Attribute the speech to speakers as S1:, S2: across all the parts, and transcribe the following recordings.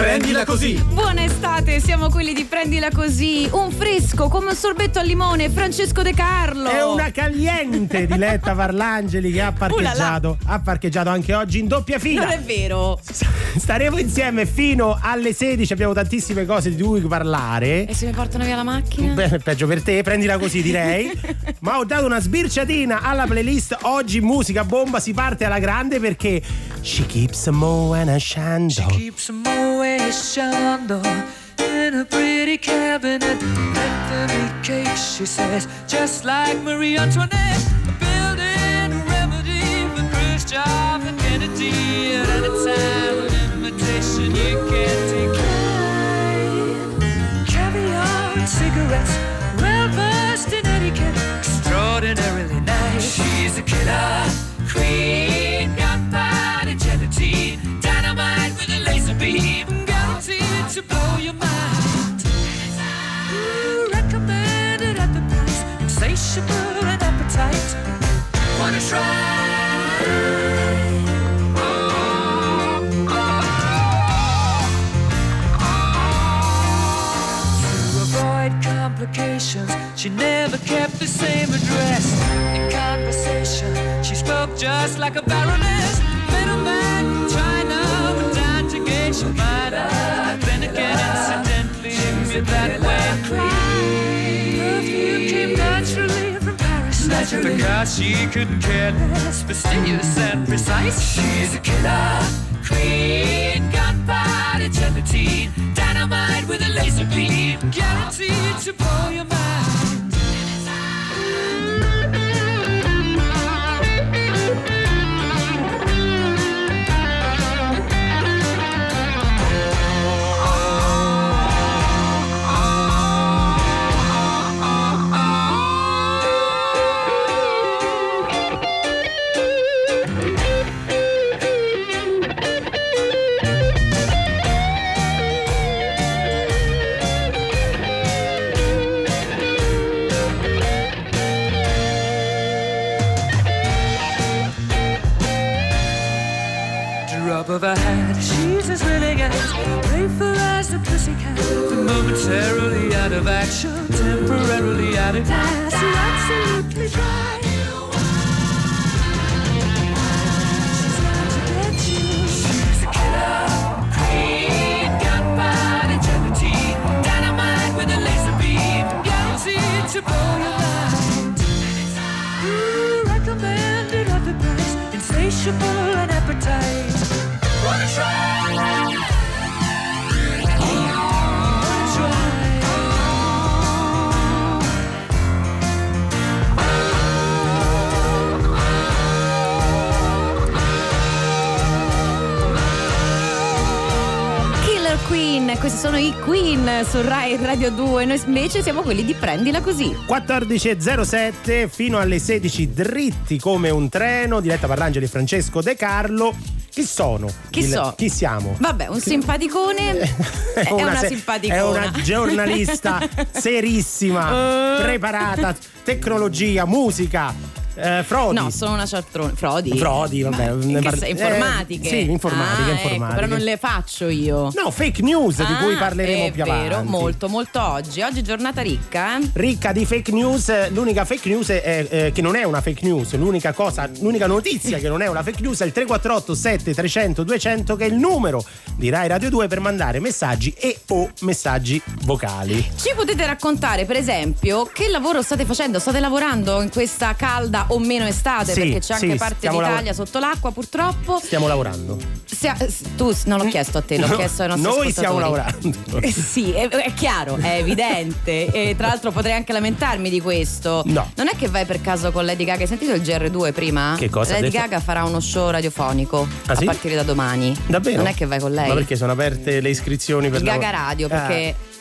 S1: Prendila così.
S2: Buona estate, siamo quelli di Prendila così. Un fresco come un sorbetto al limone, Francesco De Carlo.
S3: È una caliente Diletta Parlangeli che ha parcheggiato anche oggi in doppia fila.
S2: Non è vero.
S3: Staremo insieme fino alle 16, abbiamo tantissime cose di cui parlare.
S2: E se mi portano via la macchina?
S3: Beh, peggio per te, prendila così direi. Ma ho dato una sbirciatina alla playlist. Oggi musica bomba, si parte alla grande perché She keeps a mowing a shando.
S4: She keeps a mowing a shando in a pretty cabinet. Let them eat cake, she says, just like Marie Antoinette. Building a remedy for Khrushchev and Kennedy. At any time, an invitation you can't decline. Caviar and cigarettes, well versed in etiquette, extraordinarily nice. She's a killer queen, gunpowder gelatine, dynamite with a laser beam, guaranteed to blow your mind. Recommended at the price, insatiable and appetite. Wanna try? To avoid complications, she never kept the same address. In conversation, she spoke just like a baroness. Middleman from China, but down to gauge your mind. Then again, incidentally, me that way. Perfume came naturally from Paris. Because she couldn't care less, fastidious and precise. She's a killer queen, gunpowder gelatine, dynamite with a laser beam, guaranteed to blow your mind. Of her hat, she's as willing as playful as the pussycat. Momentarily out of action, temporarily out of class. You're absolutely dry. She's out to get you. She's a killer queen, gunpowder gelatine, dynamite with a laser beam, guaranteed to blow your mind. Recommended at the price, insatiable and appetite. Wanna try? Wanna try?
S2: Killer Queen, questi sono i Queen su Rai Radio 2. Noi invece siamo quelli di Prendila così.
S3: 14.07 fino alle 16 dritti come un treno. Diletta Parlangeli e Francesco De Carlo. Chi sono? Chi siamo?
S2: Vabbè, un simpaticone. È una simpaticona.
S3: È una giornalista serissima, preparata, tecnologia, musica. Frodi.
S2: No, sono una cialtrone. Frodi,
S3: vabbè.
S2: Informatiche.
S3: Sì, informatiche.
S2: Ecco, però non le faccio io.
S3: No, fake news di cui parleremo più avanti.
S2: È vero, molto, molto oggi. Oggi è giornata ricca,
S3: Ricca di fake news. L'unica fake news è che non è una fake news. L'unica notizia che non è una fake news è il 348 7300 200, che è il numero di Rai Radio 2 per mandare messaggi o messaggi vocali.
S2: Ci potete raccontare, per esempio, che lavoro state facendo? State lavorando in questa calda o meno estate?
S3: Sì,
S2: perché c'è anche parte d'Italia sotto l'acqua, purtroppo.
S3: Stiamo lavorando.
S2: Tu non l'ho chiesto a te, l'ho chiesto ai nostri
S3: Noi
S2: ascoltatori.
S3: stiamo lavorando.
S2: Sì, è chiaro, è evidente. E tra l'altro potrei anche lamentarmi di questo.
S3: No.
S2: Non è che vai per caso con Lady Gaga? Hai sentito il GR2 prima?
S3: Che cosa?
S2: Lady Gaga farà uno show radiofonico a partire da domani.
S3: Davvero?
S2: Non è che vai con lei?
S3: Ma perché sono aperte le iscrizioni per
S2: Gaga Radio, perché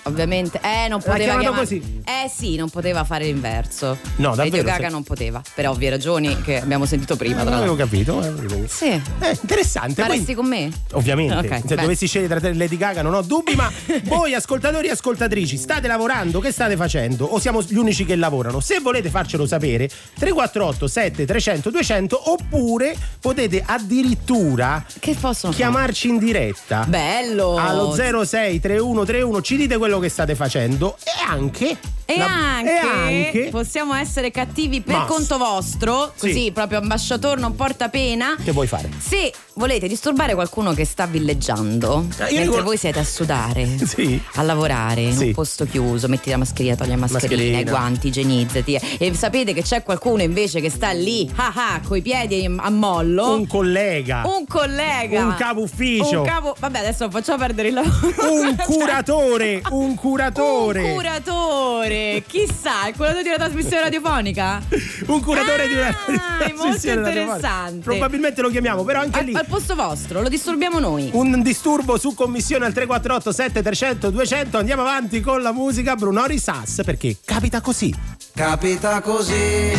S2: ovviamente non
S3: L'ha
S2: poteva
S3: chiamato così?
S2: Sì, non poteva fare l'inverso.
S3: No, davvero,
S2: Radio Gaga non poteva, per ovvie ragioni che abbiamo sentito prima.
S3: Non avevo capito.
S2: Sì.
S3: Interessante.
S2: Ma resti con me?
S3: Ovviamente.
S2: Okay,
S3: se dovessi scegliere tra te e Lady Gaga non ho dubbi, ma voi ascoltatori e ascoltatrici state lavorando? Che state facendo? O siamo gli unici che lavorano? Se volete farcelo sapere, 348 7 300 200, oppure potete addirittura
S2: che possono
S3: chiamarci in diretta.
S2: Bello!
S3: Allo 06 3131, ci dite quello che state facendo e anche
S2: possiamo essere cattivi per conto vostro, così
S3: Sì.
S2: proprio ambasciator non porta pena.
S3: Che vuoi fare?
S2: Se volete disturbare qualcuno che sta villeggiando mentre voi siete a sudare,
S3: Sì.
S2: a lavorare in
S3: Sì.
S2: un posto chiuso, metti la mascherina, togli la mascherina, i guanti, igienizzati, e sapete che c'è qualcuno invece che sta lì coi piedi a mollo,
S3: Un collega,
S2: un
S3: capo ufficio,
S2: vabbè, adesso non facciamo perdere il lavoro.
S3: un curatore,
S2: Un curatore, chissà, il curatore di una trasmissione radiofonica?
S3: un curatore di una
S2: È molto interessante.
S3: Probabilmente lo chiamiamo, però anche lì
S2: Al posto vostro, lo disturbiamo noi.
S3: un disturbo su commissione al 348 7 300 200. Andiamo avanti con la musica. Brunori Sass, perché capita così.
S1: Capita così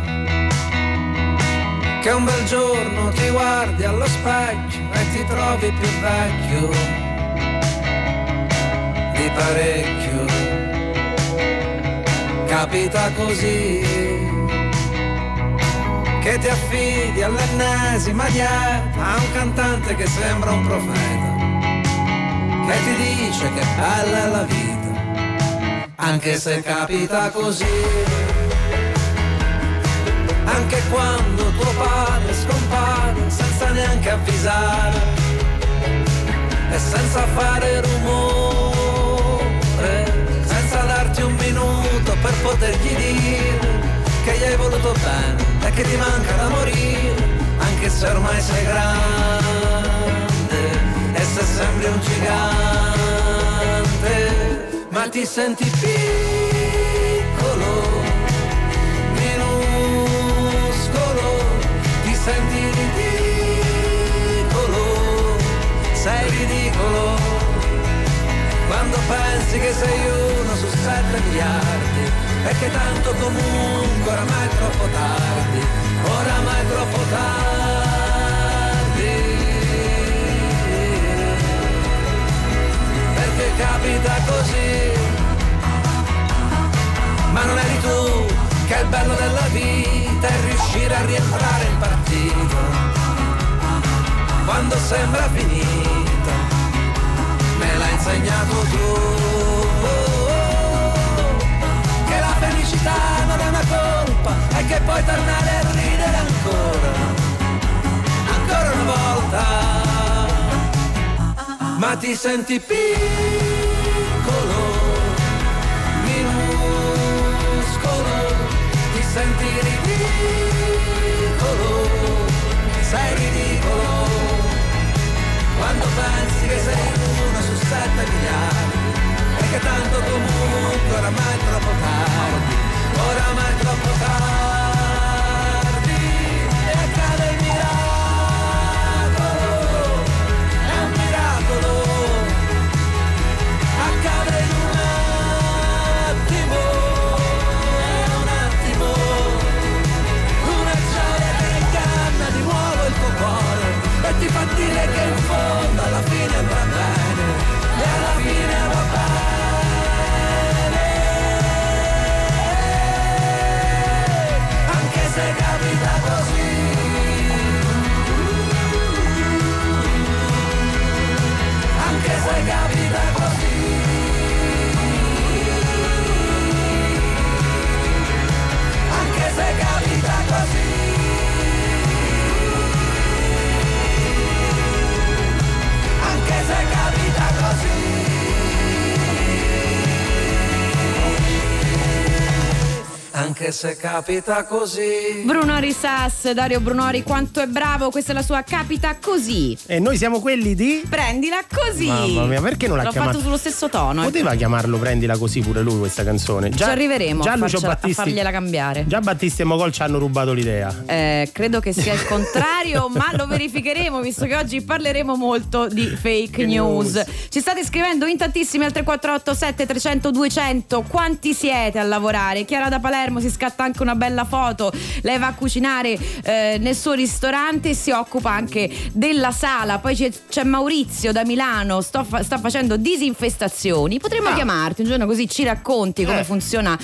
S1: che un bel giorno ti guardi allo specchio e ti trovi più vecchio di parecchio. Capita così che ti affidi all'ennesima dieta a un cantante che sembra un profeta, che ti dice che bella è la vita, anche se capita così. Anche quando tuo padre scompare senza neanche avvisare e senza fare rumore, senza darti un minuto per potergli dire che gli hai voluto bene e che ti manca da morire, anche se ormai sei grande e se sembri un gigante, ma ti senti piccolo, ti senti ridicolo, sei ridicolo quando pensi che sei uno su 7 miliardi e che tanto comunque oramai è troppo tardi, oramai è troppo tardi, perché capita così, ma non eri tu che il bello della vita è riuscire a rientrare in partita quando sembra finita, me l'hai insegnato tu, che la felicità non è una colpa e che puoi tornare a ridere ancora una volta, ma ti senti piccolo, senti ridicolo, sei ridicolo quando pensi che sei uno su 7 miliardi e che tanto comunque oramai è troppo tardi, oramai è troppo tardi e accade il miracolo, è un miracolo, accade in un attimo. E ti fa dire che in fondo alla fine va bene, e alla fine va bene. anche se capita così.
S2: Bruno Risas, Dario Brunori, quanto è bravo, questa è la sua Capita Così.
S3: E noi siamo quelli di
S2: Prendila Così.
S3: Mamma mia, perché non l'ha chiamato?
S2: L'ho fatto sullo stesso tono.
S3: Poteva chiamarlo Prendila Così pure lui questa canzone.
S2: Ci arriveremo
S3: già
S2: a fargliela cambiare.
S3: Già Battisti e Mogol ci hanno rubato l'idea.
S2: Credo che sia il contrario, ma lo verificheremo visto che oggi parleremo molto di fake news. Ci state scrivendo in tantissimi al 348 7300 200. Quanti siete a lavorare? Chiara da Palermo si scatta anche una bella foto. Lei va a cucinare nel suo ristorante e si occupa anche della sala. Poi c'è Maurizio da Milano, sta facendo disinfestazioni. Potremmo chiamarti un giorno così ci racconti come funziona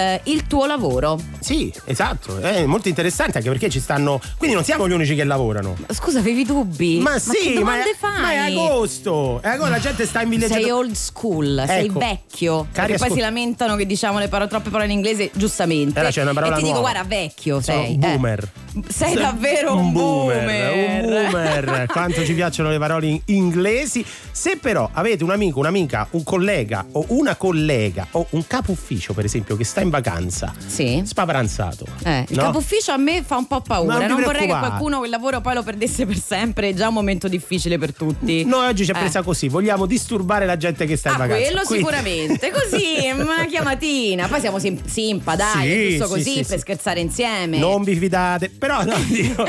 S2: il tuo lavoro.
S3: Sì, esatto, è molto interessante anche perché ci stanno, quindi non siamo gli unici che lavorano.
S2: Scusa, avevi dubbi?
S3: Ma sì,
S2: che domande fai?
S3: Ma è agosto, la gente sta in villeggiatura.
S2: Sei old school, sei vecchio. Perché poi si lamentano che diciamo troppe parole in inglese, giustamente.
S3: C'è una parola
S2: e ti dico,
S3: nuova.
S2: guarda, vecchio
S3: Sono
S2: sei.
S3: Boomer.
S2: Sei davvero un boomer.
S3: Un boomer. Quanto ci piacciono le parole inglesi. Se però avete un amico, un'amica, un collega o una collega o un capo ufficio, per esempio, che sta in vacanza, spaparanzato.
S2: Il capo ufficio a me fa un po' paura. Non vorrei che qualcuno quel lavoro poi lo perdesse per sempre. È già un momento difficile per tutti.
S3: Noi oggi ci è presa così. Vogliamo disturbare la gente che sta in vacanza.
S2: Quello sicuramente. Così, una chiamatina. Poi siamo simpa, dai, giusto così per scherzare insieme.
S3: Non vi fidate. Però no,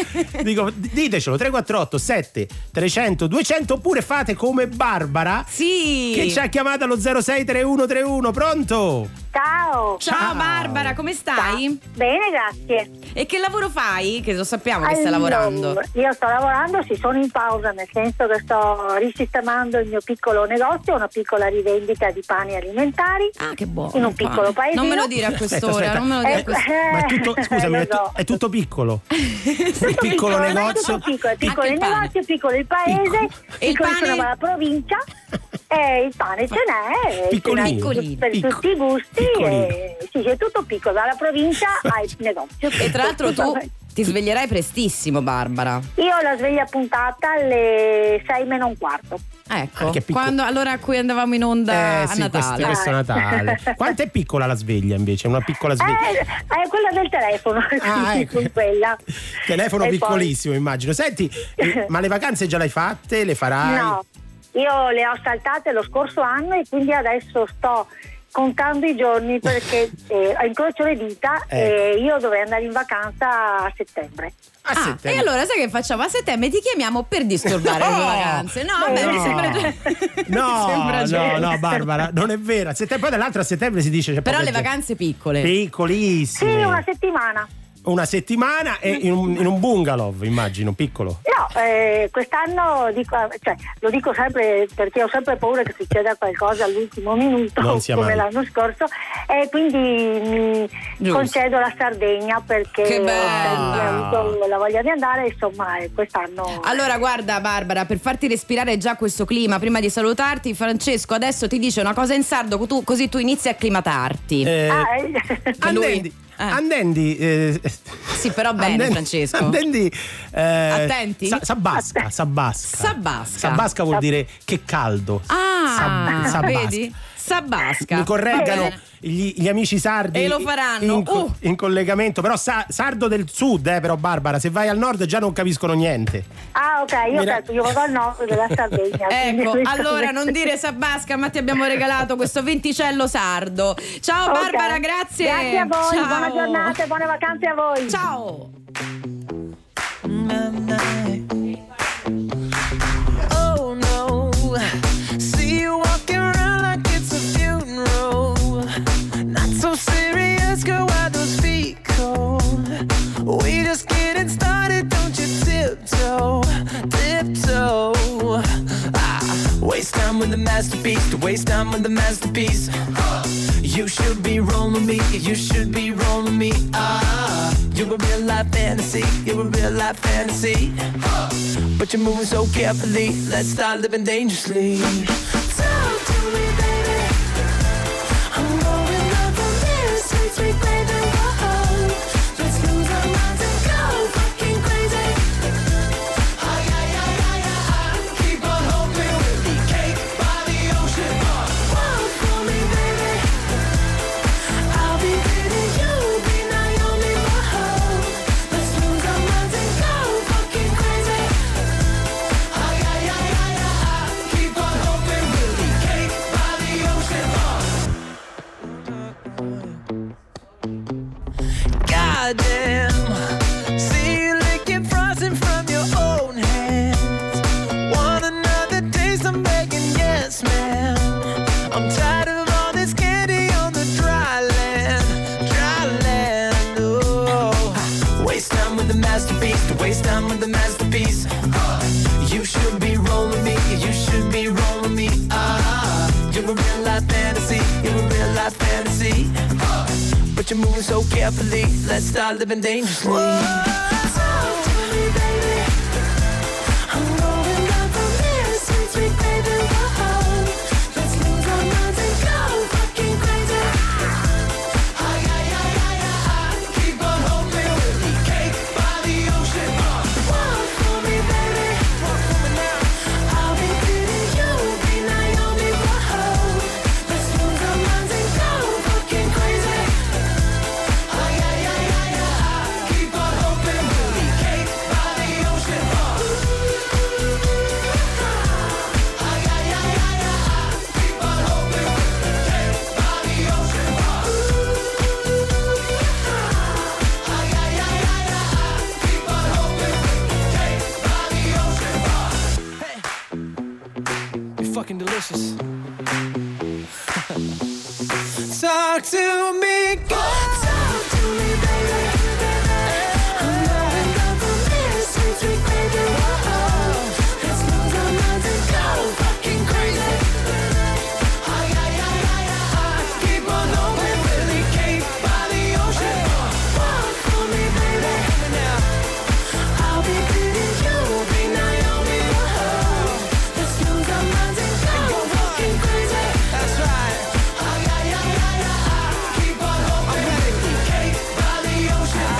S3: dico, ditecelo 348 7300 200 oppure fate come Barbara che ci ha chiamato allo 063131. Pronto?
S2: Ciao Barbara, come stai?
S5: Bene, grazie.
S2: E che lavoro fai? Che lo sappiamo che stai lavorando.
S5: Io sto lavorando, sono in pausa, nel senso che sto risistemando il mio piccolo negozio, una piccola rivendita di pani alimentari.
S2: Ah, che buono.
S5: In un piccolo paesino.
S2: Non me lo dire a quest'ora. Non me lo dire a quest'ora.
S3: Ma è tutto, scusami, è tutto piccolo.
S5: Tutto piccolo negozio. Tutto piccolo, piccolo il negozio, piccolo il paese, piccolo la provincia. Il pane ce n'è,
S3: piccolino,
S5: per tutti i gusti, sì, c'è tutto piccolo, dalla provincia al negozio.
S2: E tra l'altro tu ti sveglierai prestissimo, Barbara.
S5: Io ho la sveglia puntata alle 6:45.
S2: Ecco, quando allora a cui andavamo in onda a Natale.
S3: Questo Natale. Quanto è piccola la sveglia invece? Una piccola sveglia?
S5: È quella del telefono.
S3: Ecco.
S5: Quella.
S3: Telefono e piccolissimo, poi immagino. Senti, ma le vacanze già le hai fatte? Le farai?
S5: No, io le ho saltate lo scorso anno e quindi adesso sto contando i giorni perché incrocio le dita e io dovrei andare in vacanza a settembre.
S2: E allora sai che facciamo? A settembre ti chiamiamo per disturbare le tue vacanze. Mi sembra
S3: no, Barbara, non è vero. Poi dall'altro a settembre si dice
S2: però le vacanze piccole.
S3: Piccolissime.
S5: Sì, una settimana.
S3: Una settimana e in un bungalow, immagino, piccolo.
S5: No, quest'anno lo dico sempre perché ho sempre paura che succeda qualcosa all'ultimo minuto come l'anno scorso e quindi mi concedo la Sardegna perché ho avuto la voglia di andare, insomma, quest'anno.
S2: Allora guarda Barbara, per farti respirare già questo clima, prima di salutarti, Francesco adesso ti dice una cosa in sardo, così tu inizi a acclimatarti.
S3: Andendi
S2: sì, però bene, Francesco.
S3: Andendi
S2: attenti.
S3: Sabasca vuol dire che caldo.
S2: Vedi? Sabasca.
S3: Mi correggano gli amici sardi
S2: e lo faranno
S3: in collegamento, però sardo del sud, però Barbara, se vai al nord già non capiscono niente.
S5: Ok, io vado al nord della Sardegna.
S2: Ecco, allora non dire Sabasca, ma ti abbiamo regalato questo venticello sardo. Ciao Barbara, grazie.
S5: Grazie a voi, ciao. Buona giornata e buone vacanze a voi.
S2: Ciao.
S6: Oh no, see you walking around like it's a funeral. Not so serious, girl, why those feet cold? We just getting started, don't you tiptoe. Waste time with the masterpiece, to waste time with the masterpiece. You should be rolling me, you should be rolling me. You're a real life fantasy, you're a real life fantasy. But you're moving so carefully, let's start living dangerously. Talk to me, baby. I'm going up from this sweet, sweet baby. Whoa. Let's lose our minds and go fucking crazy. Keep on hoping we'll be cake by the ocean. Walk for me, baby. I'll be pretty, you'll be nice. life fantasy. You're a real life fantasy. But you're moving so carefully. Let's start living dangerously. Whoa, talk to me, baby. I'm going down from here, sweet, sweet baby. Whoa, let's lose our minds and go fucking crazy. Ay, ay, ay, ay, ay. Keep on hoping we'll be cake by the ocean. Walk for me, baby. Walk for me now. I'll be Diddy, you'll be Naomi. Whoa, let's lose our minds and go fucking crazy. Ay, ay, ay, ay, ay. Keep on hoping we'll be cake by the ocean. Ay, ay, ay, ay, ay. Keep on hoping we'll be cake by the ocean. Ay, ay, ay, ay, ay. Keep on hoping we'll be cake by the ocean. Hey, you're fucking delicious. Talk to me, God. Talk to me, baby. I'm going down from here, sweet, sweet baby. Whoa, let's lose our minds and go fucking crazy. Ay, ay, ay, ay, ay. Keep on hoping we'll be cake by the ocean. Walk for me, baby. I'll be Diddy, you'll be Naomi. Whoa, let's lose our minds and go fucking crazy. That's right. Ay, ay, ay, ay, ay. Keep on hoping we'll be cake by the ocean.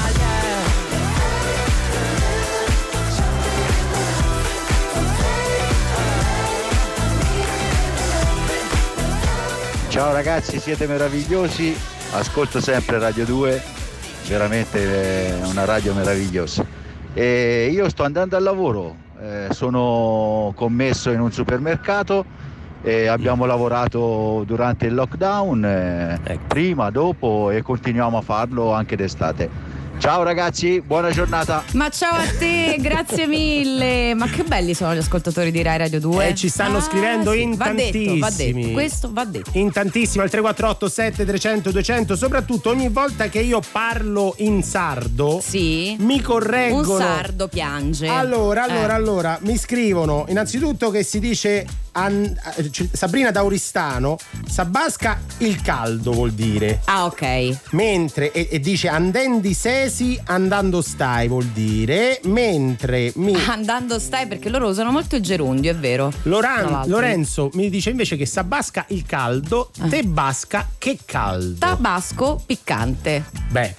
S7: Ciao ragazzi, siete meravigliosi, ascolto sempre Radio 2, veramente una radio meravigliosa. E io sto andando al lavoro, sono commesso in un supermercato e abbiamo lavorato durante il lockdown, prima, dopo e continuiamo a farlo anche d'estate. Ciao ragazzi, buona giornata.
S2: Ma ciao a te, grazie mille. Ma che belli sono gli ascoltatori di Rai Radio 2.
S3: Ci stanno scrivendo
S2: sì,
S3: in
S2: va
S3: tantissimi.
S2: detto, va detto. Questo va detto.
S3: In tantissimi al 348 7300 200. Soprattutto ogni volta che io parlo in sardo,
S2: sì,
S3: mi correggono.
S2: Un sardo piange.
S3: Allora, mi scrivono innanzitutto che si dice Sabrina da Oristano, Sabasca il caldo vuol dire.
S2: Ah, ok.
S3: Mentre e dice andendi sesi andando stai vuol dire, mentre
S2: andando stai, perché loro usano molto il gerundio, è vero.
S3: Lorenzo mi dice invece che Sabasca il caldo, te basca che caldo.
S2: Tabasco piccante.
S3: Beh,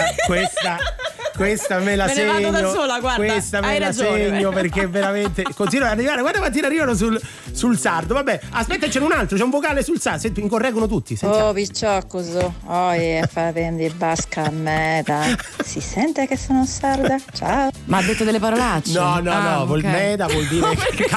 S3: questa me la segno.
S2: Ne vado da sola, guarda.
S3: Questa me la segno perché veramente continua ad arrivare. Guarda quanti arrivano sul sardo. Vabbè, aspetta, c'è un altro, c'è un vocale sul sardo. Senti, mi correggono tutti. Sentiamo.
S8: Oh, piccioccoso. Fatendi basca a meta. Si sente che sono sarda? Ciao.
S2: Ma ha detto delle parolacce?
S3: No, okay. Meta vuol dire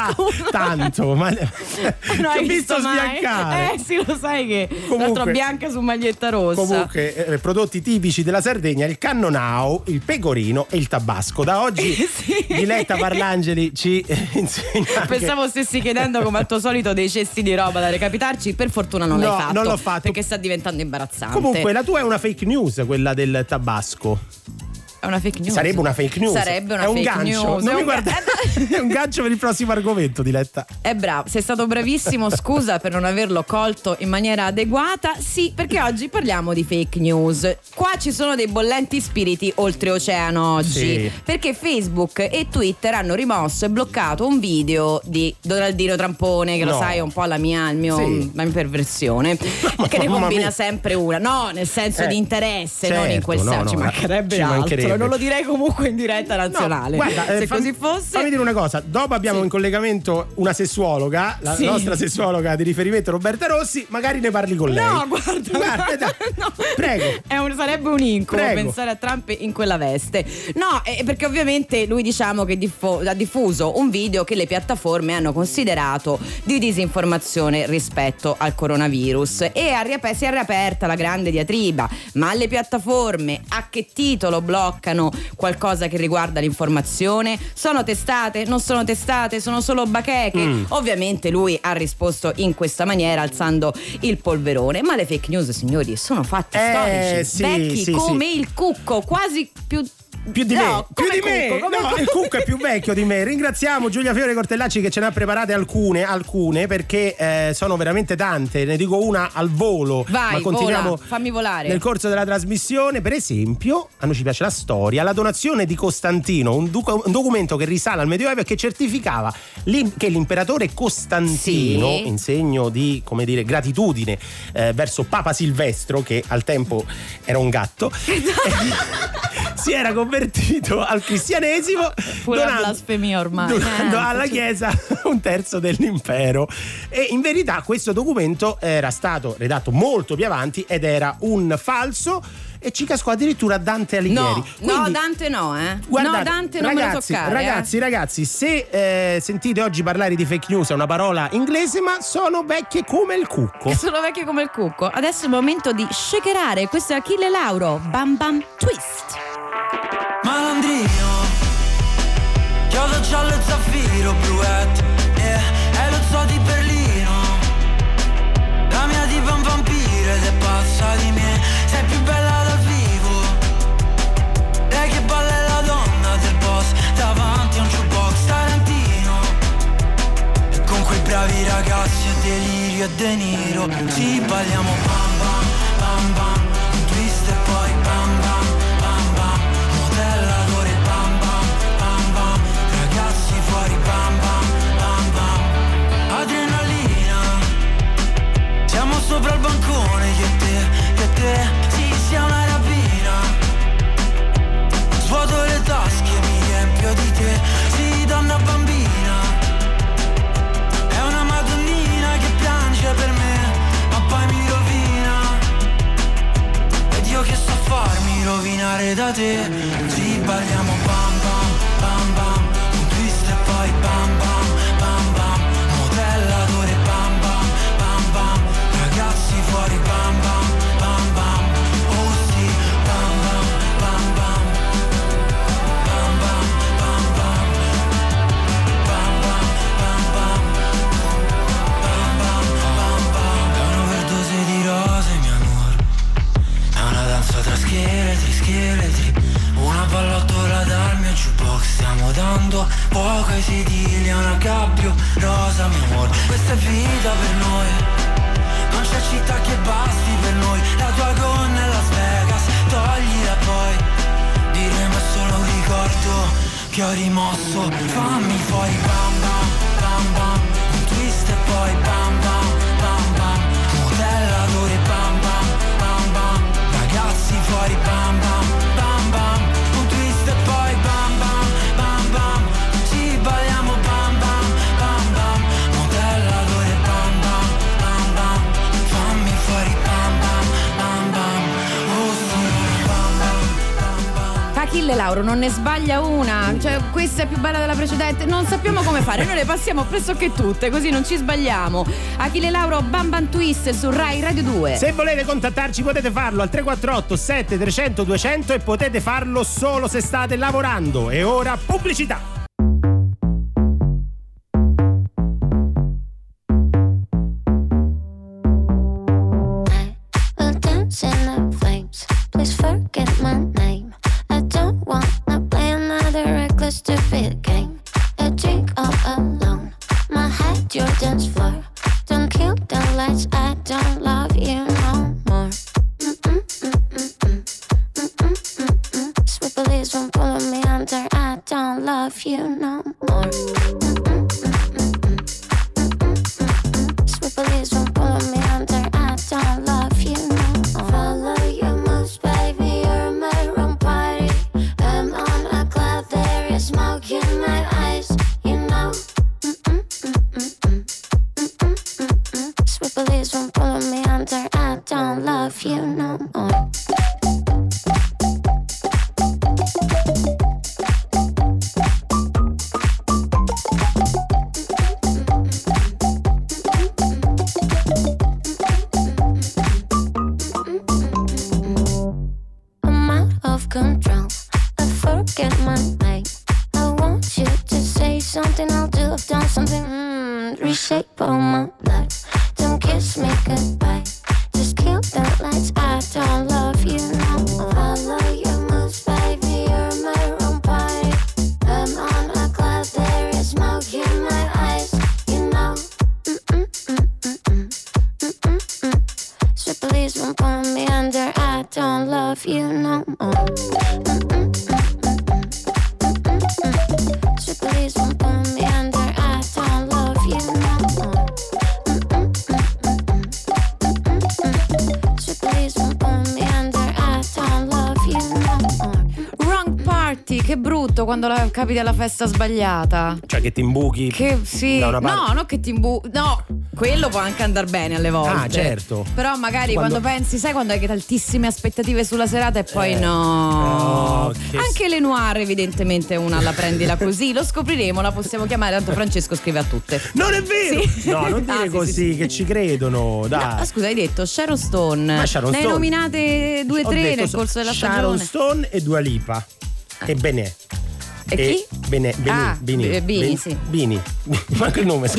S3: tanto. Ma
S2: no,
S3: hai visto sbiancare.
S2: Sì, lo sai che l'altro bianca su maglietta rossa.
S3: Comunque, prodotti tipici della Sardegna: il cannonau, il pecorino e il tabasco. Da oggi
S2: sì.
S3: Diletta Parlangeli ci insegna.
S2: Pensavo stessi chiedendo, come al tuo solito, dei cesti di roba da recapitarci. Per fortuna non l'hai fatto.
S3: Non l'ho fatto
S2: perché sta diventando imbarazzante.
S3: Comunque la tua è una fake news, quella del tabasco.
S2: È una fake news.
S3: Sarebbe una fake news.
S2: Sarebbe una
S3: è un
S2: fake
S3: gancio.
S2: news.
S3: Non mi guarda. È un gancio per il prossimo argomento, Diletta.
S2: È bravo, sei stato bravissimo. Scusa per non averlo colto in maniera adeguata. Sì, perché oggi parliamo di fake news. Qua ci sono dei bollenti spiriti oltreoceano oggi. Sì. Perché Facebook e Twitter hanno rimosso e bloccato un video di Donaldino Trampone, che lo sai, è un po' la mia perversione. Che ne combina sempre una. No, nel senso di interesse, non in quel senso. Ci mancherebbe altro. Non lo direi comunque in diretta nazionale.
S3: Guarda,
S2: se così fosse.
S3: Fammi dire una cosa. Dopo abbiamo in collegamento una sessuologa, la nostra sessuologa di riferimento Roberta Rossi. Magari ne parli con lei.
S2: No, guarda.
S3: No. Prego.
S2: Sarebbe un incubo pensare a Trump in quella veste. No, perché ovviamente lui, diciamo, che ha diffuso un video che le piattaforme hanno considerato di disinformazione rispetto al coronavirus. E si è riaperta la grande diatriba. Ma le piattaforme a che titolo bloccano qualcosa che riguarda l'informazione? Sono testate? Non sono testate? Sono solo bacheche? Ovviamente lui ha risposto in questa maniera, alzando il polverone. Ma le fake news, signori, sono fatti storici, vecchi come il cucco, quasi più
S3: Più di me, più di me.
S2: No,
S3: il Cucco è più vecchio di me. Ringraziamo Giulia Fiore Cortellacci che ce ne ha preparate alcune perché sono veramente tante. Ne dico una al volo.
S2: Vai,
S3: ma continuiamo,
S2: vola, fammi volare.
S3: Nel corso della trasmissione, per esempio, a noi ci piace la storia, la donazione di Costantino, un documento che risale al Medioevo e che certificava che l'imperatore Costantino, in segno di, come dire, gratitudine verso Papa Silvestro, che al tempo era un gatto, si era convertito al cristianesimo,
S2: pure la blasfemia ormai,
S3: donando alla Chiesa un terzo dell'impero. E in verità questo documento era stato redatto molto più avanti ed era un falso, e ci cascò addirittura Dante Alighieri.
S2: No, Dante no,
S3: Guardate,
S2: no, Dante non me lo toccare.
S3: Ragazzi, se sentite oggi parlare di fake news, è una parola inglese, ma sono vecchie come il cucco.
S2: Sono vecchie come il cucco. Adesso è il momento di shakerare. Questo è Achille Lauro, Bam Bam Twist.
S6: Malandrino, chiodo giallo e zaffiro bluette, è lo zoo di Berlino. La mia diva è un vampiro ed è pazza di me. Sei più bella dal vivo. Lei che balla è la donna del boss, davanti a un jukebox Tarantino. E con quei bravi ragazzi è delirio e De Niro. Ci balliamo bam bam bam bam, un twist e poi bam bam bam bam. Modellatore bam bam bam bam, ragazzi fuori bam bam bam bam. Adrenalina, siamo sopra il bancone io e te. Sì, sia una rapina. Svuoto le tasche, mi riempio di te. Sì, donna bambina, è una madonnina che piange per me, ma poi mi rovina. Ed io che so farmi rovinare da te. Sì, balliamo bam bam bam bam, un twist e poi bam bam bam bam. Modellatore bam bam bam bam, ragazzi fuori bam bam bam bam. Oh sì, bam bam bam bam, bam bam bam bam, bam bam bam bam, bam bam bam bam. È un'overdose di rose, mio amore, è una danza tra scheletri, una pallottola dal mio jukebox. Stiamo dando poco ai sedili a una gabbio rosa, mio amore. Questa è vita per noi, non c'è città che basti per noi. La tua gonna è Las Vegas, toglila poi, diremo è solo un ricordo che ho rimosso. Fammi fuori bam bam bam bam, un twist e poi bam bam bam bam. Modellatore bam bam bam bam, ragazzi fuori bam bam bam bam. Un twist e poi bam bam bam bam. Ci balliamo bam bam bam bam. Modellatore bam bam bam bam. Fammi fuori bam bam bam bam. Oh sì, bam bam bam bam.
S2: Achille Lauro non ne sbaglia una, cioè questa è più bella della precedente, non sappiamo come fare, noi le passiamo pressoché tutte, così non ci sbagliamo. Achille Lauro, Bam Bam Twist su Rai Radio 2.
S3: Se volete contattarci potete farlo al 348 7300 200 e potete farlo solo se state lavorando. E ora pubblicità.
S9: Stupid game, a drink all alone. My head, your dance floor. Don't kill the lights, I don't love you no more. Sweet police won't pull me under, I don't love you no more. Sweet police won't pull me under, I don't love you no more. Follow your moves, baby, you're my wrong party. I'm on a cloud, there is smoke in my eyes, you know. Sweet police won't pull me under, I don't love you no more. I'm out of control, I forget my name. I want you to say something, I'll do, I've done something, reshape all my life. Don't kiss me goodbye, just kill the lights, I don't love you no more. Follow your moves, baby, you're my
S2: quando capiti alla festa sbagliata.
S3: Cioè che ti imbuchi
S2: Che sì.
S3: da una parte.
S2: No, non che ti imbuchi. No, quello può anche andare bene alle volte.
S3: Ah, certo.
S2: Però magari quando pensi, sai quando hai tantissime aspettative sulla serata e poi no. Anche le noir evidentemente una la prendila così. Lo scopriremo, la possiamo chiamare, tanto Francesco scrive a tutte.
S3: Non è vero!
S2: Sì.
S3: No, non dire così, che ci credono. Dai.
S2: No, scusa, hai detto Sharon Stone.
S3: Ma Sharon
S2: ne hai
S3: Stone.
S2: nominate 2 o 3 nel corso della
S3: Sharon
S2: stagione.
S3: Stone e Dua Lipa. E Benè.
S2: E chi? Bini, sì.
S3: Bini. Manca il nome.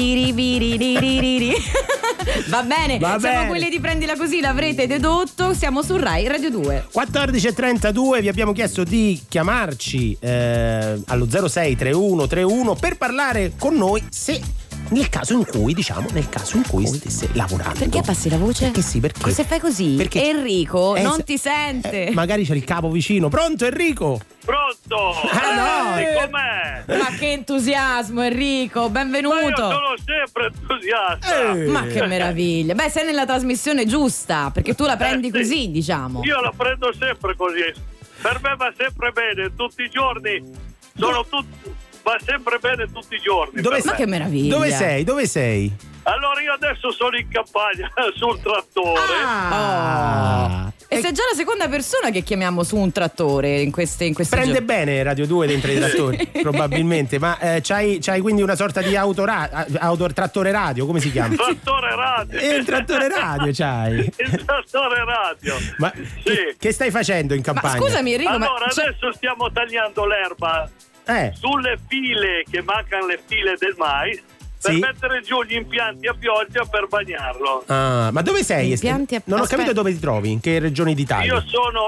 S2: Va bene, siamo quelli di Prendila Così, l'avrete dedotto. Siamo su Rai Radio 2.
S3: 14:32, vi abbiamo chiesto di chiamarci allo 063131 per parlare con noi nel caso in cui stesse lavorando.
S2: Perché abbassi la voce?
S3: Perché sì, perché?
S2: Se fai così,
S3: Perché
S2: Enrico non ti sente.
S3: Magari c'è il capo vicino. Pronto Enrico?
S10: Pronto? Com'è?
S2: Ma che entusiasmo Enrico, benvenuto.
S10: Ma io sono sempre entusiasta.
S2: Ma che meraviglia. Beh, sei nella trasmissione giusta, perché tu la prendi così, diciamo.
S10: Io la prendo sempre così. Per me va sempre bene, tutti i giorni. Va sempre bene tutti i giorni.
S2: Ma che meraviglia.
S3: Dove sei?
S10: Allora io adesso sono in campagna sul trattore.
S2: E sei già la seconda persona che chiamiamo su un trattore in queste
S3: Prende
S2: giorni.
S3: bene Radio 2 dentro i trattori, probabilmente. Ma c'hai quindi una sorta di trattore radio, come si chiama?
S10: Trattore radio.
S3: Il trattore radio c'hai.
S10: Il trattore radio.
S3: Ma che stai facendo in campagna?
S2: Ma scusami Enrico,
S10: allora adesso stiamo tagliando l'erba sulle file che mancano, le file del mais, per mettere giù gli impianti a pioggia per bagnarlo.
S3: Ah, ma dove sei? Non ho capito dove ti trovi, in che regioni d'Italia?
S10: Io sono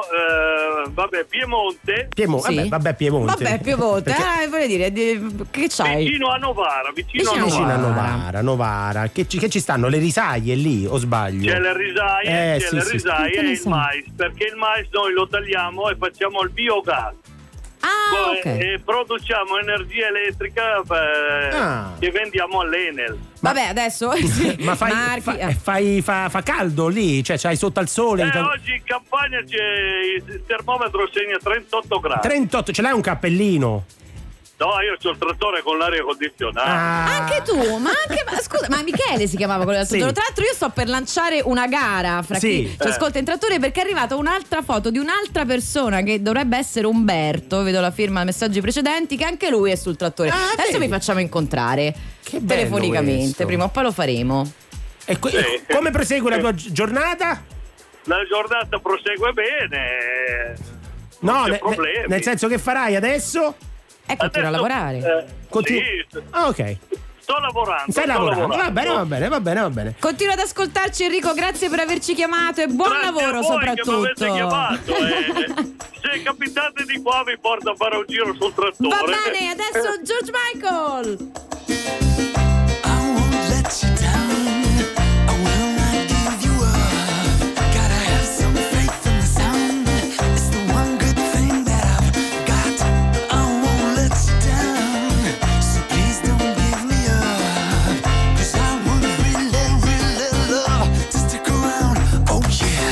S10: Piemonte.
S3: Piemonte. Vabbè, Piemonte.
S2: Voglio dire, che c'hai?
S10: Vicino a Novara.
S3: Vicino a Novara. Che ci stanno? Le risaie lì, o sbaglio?
S10: C'è le risaie, e il mais, perché il mais noi lo tagliamo e facciamo il biogas. E produciamo energia elettrica che vendiamo all'Enel.
S2: Vabbè, adesso
S3: ma fa caldo lì? Cioè c'hai sotto al sole?
S10: Oggi in campagna il termometro segna 38 gradi.
S3: 38, ce l'hai un cappellino?
S10: No, io c'ho il trattore con l'aria condizionata.
S2: Anche tu? Scusa, ma Michele si chiamava quello del trattore. Tra l'altro io sto per lanciare una gara fra chi ci ascolta in trattore, perché è arrivata un'altra foto di un'altra persona che dovrebbe essere Umberto, vedo la firma, messaggi precedenti, che anche lui è sul trattore. Adesso vi facciamo incontrare telefonicamente, questo. Prima o poi lo faremo.
S3: Come prosegue la tua giornata?
S10: La giornata prosegue bene.
S3: No, nel senso, che farai adesso?
S2: Continua a lavorare.
S10: Sì.
S3: Ok.
S10: Sto lavorando.
S3: Stai lavorando. Va bene.
S2: Continua ad ascoltarci Enrico, grazie per averci chiamato e buon lavoro soprattutto.
S10: Che mi avete chiamato. Se capitate di qua vi porto a fare un giro sul trattore.
S2: Va bene, adesso George Michael.
S6: I won't let you down. I will not give you up. Gotta have some faith in the sound. It's the one good thing that I've got. I won't let you down. So please don't give me up. 'Cause I would really, really love to stick around. Oh yeah.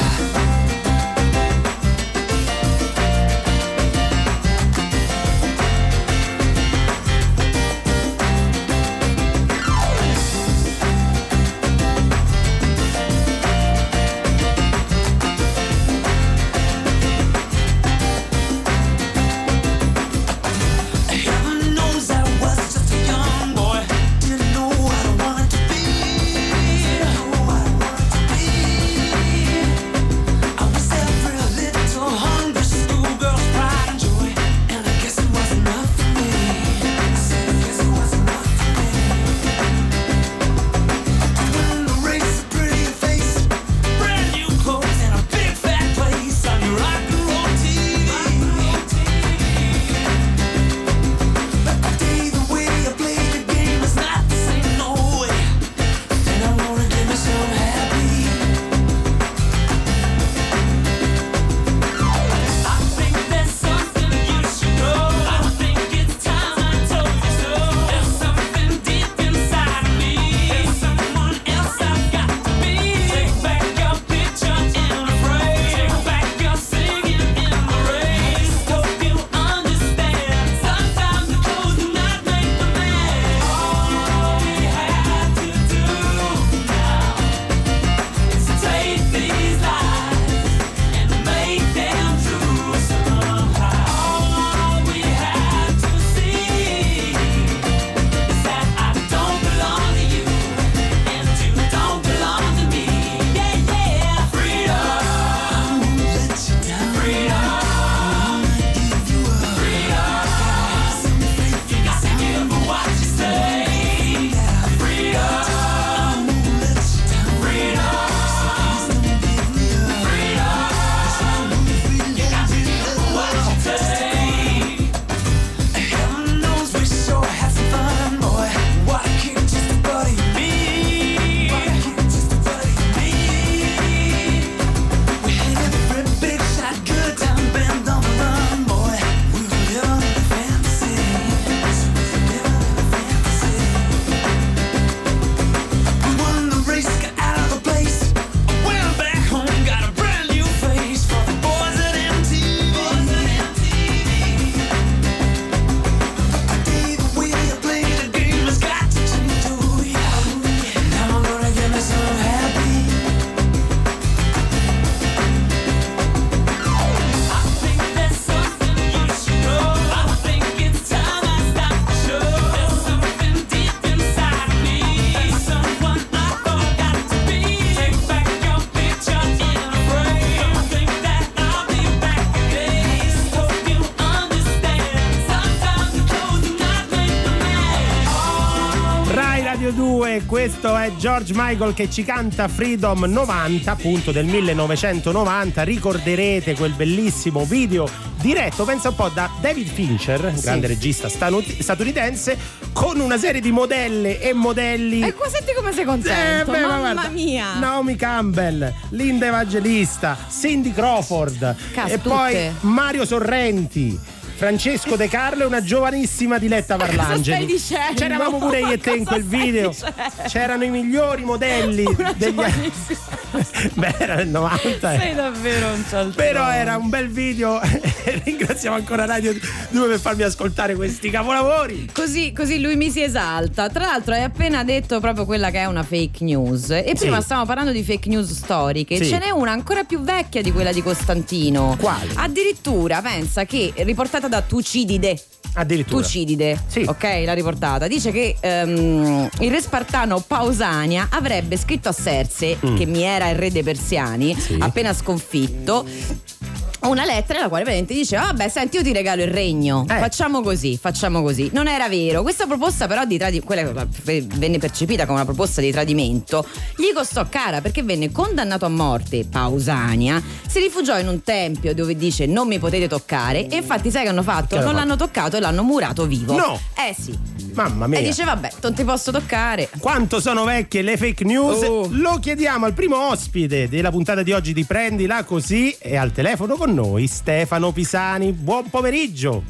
S3: Radio 2, questo è George Michael che ci canta Freedom 90, appunto del 1990. Ricorderete quel bellissimo video diretto, pensa un po', da David Fincher, grande regista statunitense, con una serie di modelle e modelli.
S2: E qua senti come sei contento, mamma mia.
S3: Naomi Campbell, Linda Evangelista, Cindy Crawford, e poi Mario Sorrenti, Francesco De Carlo e una giovanissima Diletta Parlangeli.
S2: Cosa stai dicendo?
S3: C'eravamo pure io e te in quel video. C'erano i migliori modelli degli anni. Beh, era nel 90.
S2: Sei davvero un cialtrone.
S3: Però era un bel video. Ringraziamo ancora Radio 2 per farmi ascoltare questi capolavori.
S2: Così lui mi si esalta. Tra l'altro hai appena detto proprio quella che è una fake news. E prima stavamo parlando di fake news storiche. Ce n'è una ancora più vecchia di quella di Costantino.
S3: Quale?
S2: Addirittura pensa che, riportata da Tucidide.
S3: Addirittura.
S2: Tucidide, ok, l'ha riportata. Dice che il re spartano Pausania avrebbe scritto a Serse, che mi era il re dei Persiani, appena sconfitto, una lettera nella quale praticamente dice: vabbè, senti, io ti regalo il regno, facciamo così. Non era vero. Questa proposta però quella che venne percepita come una proposta di tradimento gli costò cara, perché venne condannato a morte Pausania, si rifugiò in un tempio dove dice non mi potete toccare, e infatti sai che hanno fatto? Non l'hanno toccato e l'hanno murato vivo.
S3: No!
S2: Sì.
S3: Mamma mia.
S2: E dice vabbè, non ti posso toccare.
S3: Quanto sono vecchie le fake news? Lo chiediamo al primo ospite della puntata di oggi di Prendila Così, e al telefono con noi Stefano Pisani. Buon pomeriggio.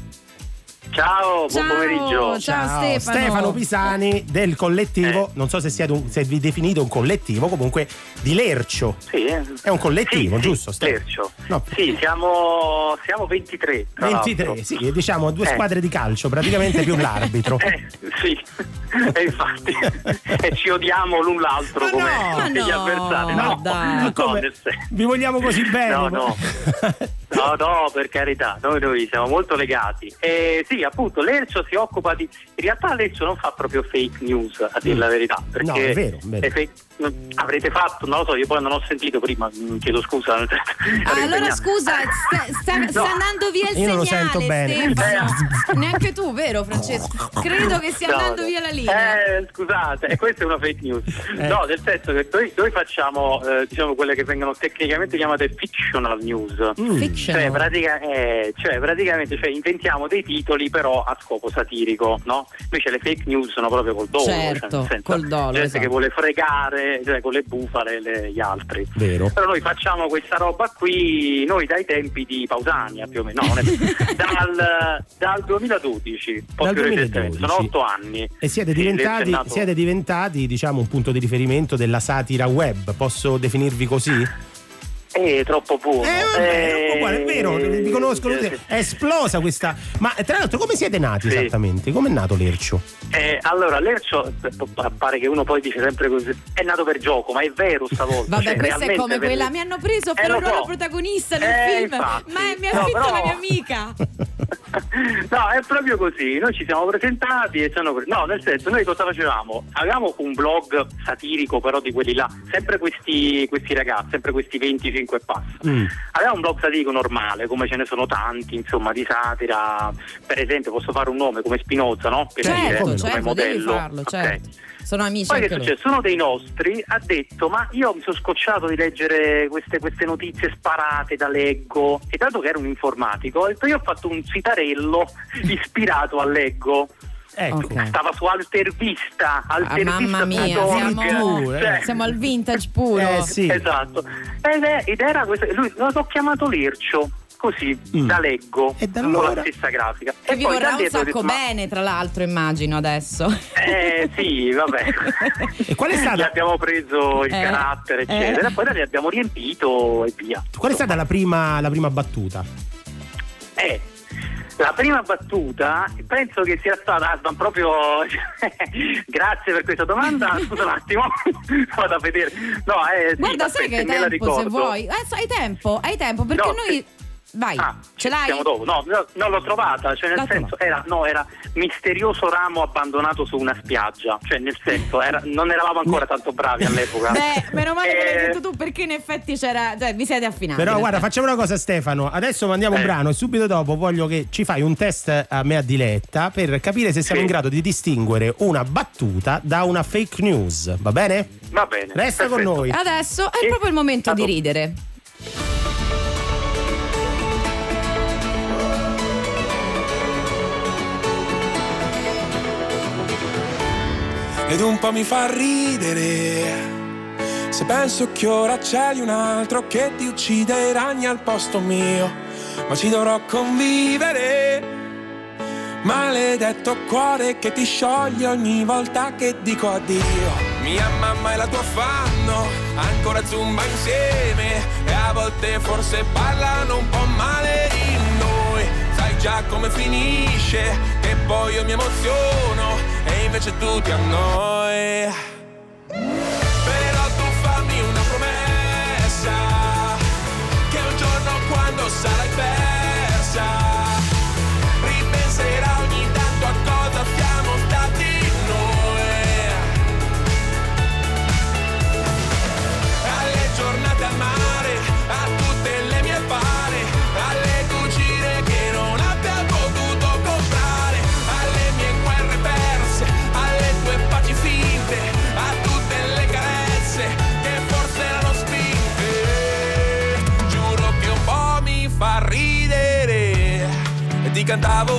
S10: Ciao, buon pomeriggio.
S2: Ciao
S3: Stefano Pisani del collettivo, non so se vi definite un collettivo, comunque di Lercio.
S10: Sì,
S3: è un collettivo, giusto?
S10: Lercio.
S3: No.
S10: Sì, siamo 23.
S3: 23, sì, diciamo due squadre di calcio, praticamente più l'arbitro.
S10: Sì, e infatti e ci odiamo l'un l'altro come gli avversari.
S3: Vi vogliamo così bene?
S10: No, per carità, noi siamo molto legati. Sì, appunto, Lercio si occupa di. In realtà Lercio non fa proprio fake news, a dire la verità, perché
S3: no, è vero.
S10: avrete fatto, non lo so, io poi non ho sentito prima, chiedo scusa.
S2: Allora scusa, sta andando via il
S3: io
S2: segnale.
S3: Non lo sento bene.
S2: Neanche tu, vero Francesco? Credo che stia andando via la linea.
S10: Scusate, e questa è una fake news. No, nel senso che noi facciamo diciamo quelle che vengono tecnicamente chiamate fictional news. Cioè, praticamente inventiamo dei titoli però a scopo satirico, no? Invece le fake news sono proprio col dolo,
S2: certo, col dolo,
S10: gente che vuole fregare, con le bufale gli altri.
S3: Vero.
S10: Però noi facciamo questa roba qui, noi dai tempi di Pausania più o meno, non è dal 2012, sono 8 anni.
S3: E siete diventati, diciamo, un punto di riferimento della satira web, posso definirvi così?
S10: Troppo buono.
S3: È vero, vi conosco, è esplosa questa. Ma tra l'altro come siete nati esattamente? Come è nato Lercio?
S10: Allora, Lercio, pare che uno poi dice sempre così, è nato per gioco, ma è vero stavolta.
S2: Vabbè, questa è come quella, mi hanno preso per un ruolo protagonista nel film, infatti, ma mi ha scritto la mia amica.
S10: No, è proprio così. Noi ci siamo presentati e nel senso, noi cosa facevamo? Avevamo un blog satirico, però di quelli là, sempre questi ragazzi, sempre questi 25 e passa. Avevamo un blog satirico normale, come ce ne sono tanti, insomma, di satira. Per esempio, posso fare un nome come Spinoza, no? Per dire, come modello.
S2: Devi farlo, certo. Sono amici.
S10: Poi che è successo? Uno dei nostri ha detto: ma io mi sono scocciato di leggere queste notizie sparate da Leggo, e dato che era un informatico, ho detto: io ho fatto un sitarello ispirato a Leggo.
S3: Ecco.
S10: Stava su Altervista.
S2: Mamma mia, siamo al vintage puro.
S3: Sì.
S10: Esatto. Ed era questo, lui l'ho chiamato Lercio. Così, da Leggo,
S3: e da
S10: con
S3: allora...
S10: la stessa grafica.
S2: E vi vorrà un sacco bene, tra l'altro, immagino adesso.
S10: Sì, vabbè.
S3: E qual è stata?
S10: Gli abbiamo preso il carattere, eccetera, poi li abbiamo riempito e via.
S3: Qual è stata la prima battuta?
S10: La prima battuta penso che sia stata proprio grazie per questa domanda. Scusa un attimo, vado a vedere.
S2: Guarda, sai che hai tempo se vuoi. Hai tempo perché noi vai, ce l'hai?
S11: Siamo dopo. No, non l'ho trovata, cioè nel senso era misterioso ramo abbandonato su una spiaggia, cioè nel senso non eravamo ancora tanto bravi all'epoca.
S2: Beh, meno male che l'hai detto tu, perché in effetti vi siete affinati.
S3: Però guarda, facciamo una cosa, Stefano, adesso mandiamo un brano e subito dopo voglio che ci fai un test a me a Diletta per capire se siamo in grado di distinguere una battuta da una fake news, va bene?
S11: Va bene.
S3: Resta con noi.
S2: Adesso è proprio il momento di ridere.
S12: Ed un po' mi fa ridere se penso che ora c'è di un altro che ti uccide i ragni al posto mio, ma ci dovrò convivere. Maledetto cuore che ti scioglie ogni volta che dico addio. Mia mamma e la tua fanno ancora zumba insieme e a volte forse parlano un po' male di noi. Sai già come finisce, che poi io mi emoziono e invece tu ti annoi. Però tu fammi una promessa, che un giorno quando sarai persa ripenserai ogni tanto a cosa siamo stati noi, alle giornate al mare, a tutte le mie pare, alle cucine che non abbia potuto comprare, alle mie guerre perse, alle tue paci finte, a tutte le carezze che forse erano spinte. Giuro che un po' mi fa ridere e ti cantavo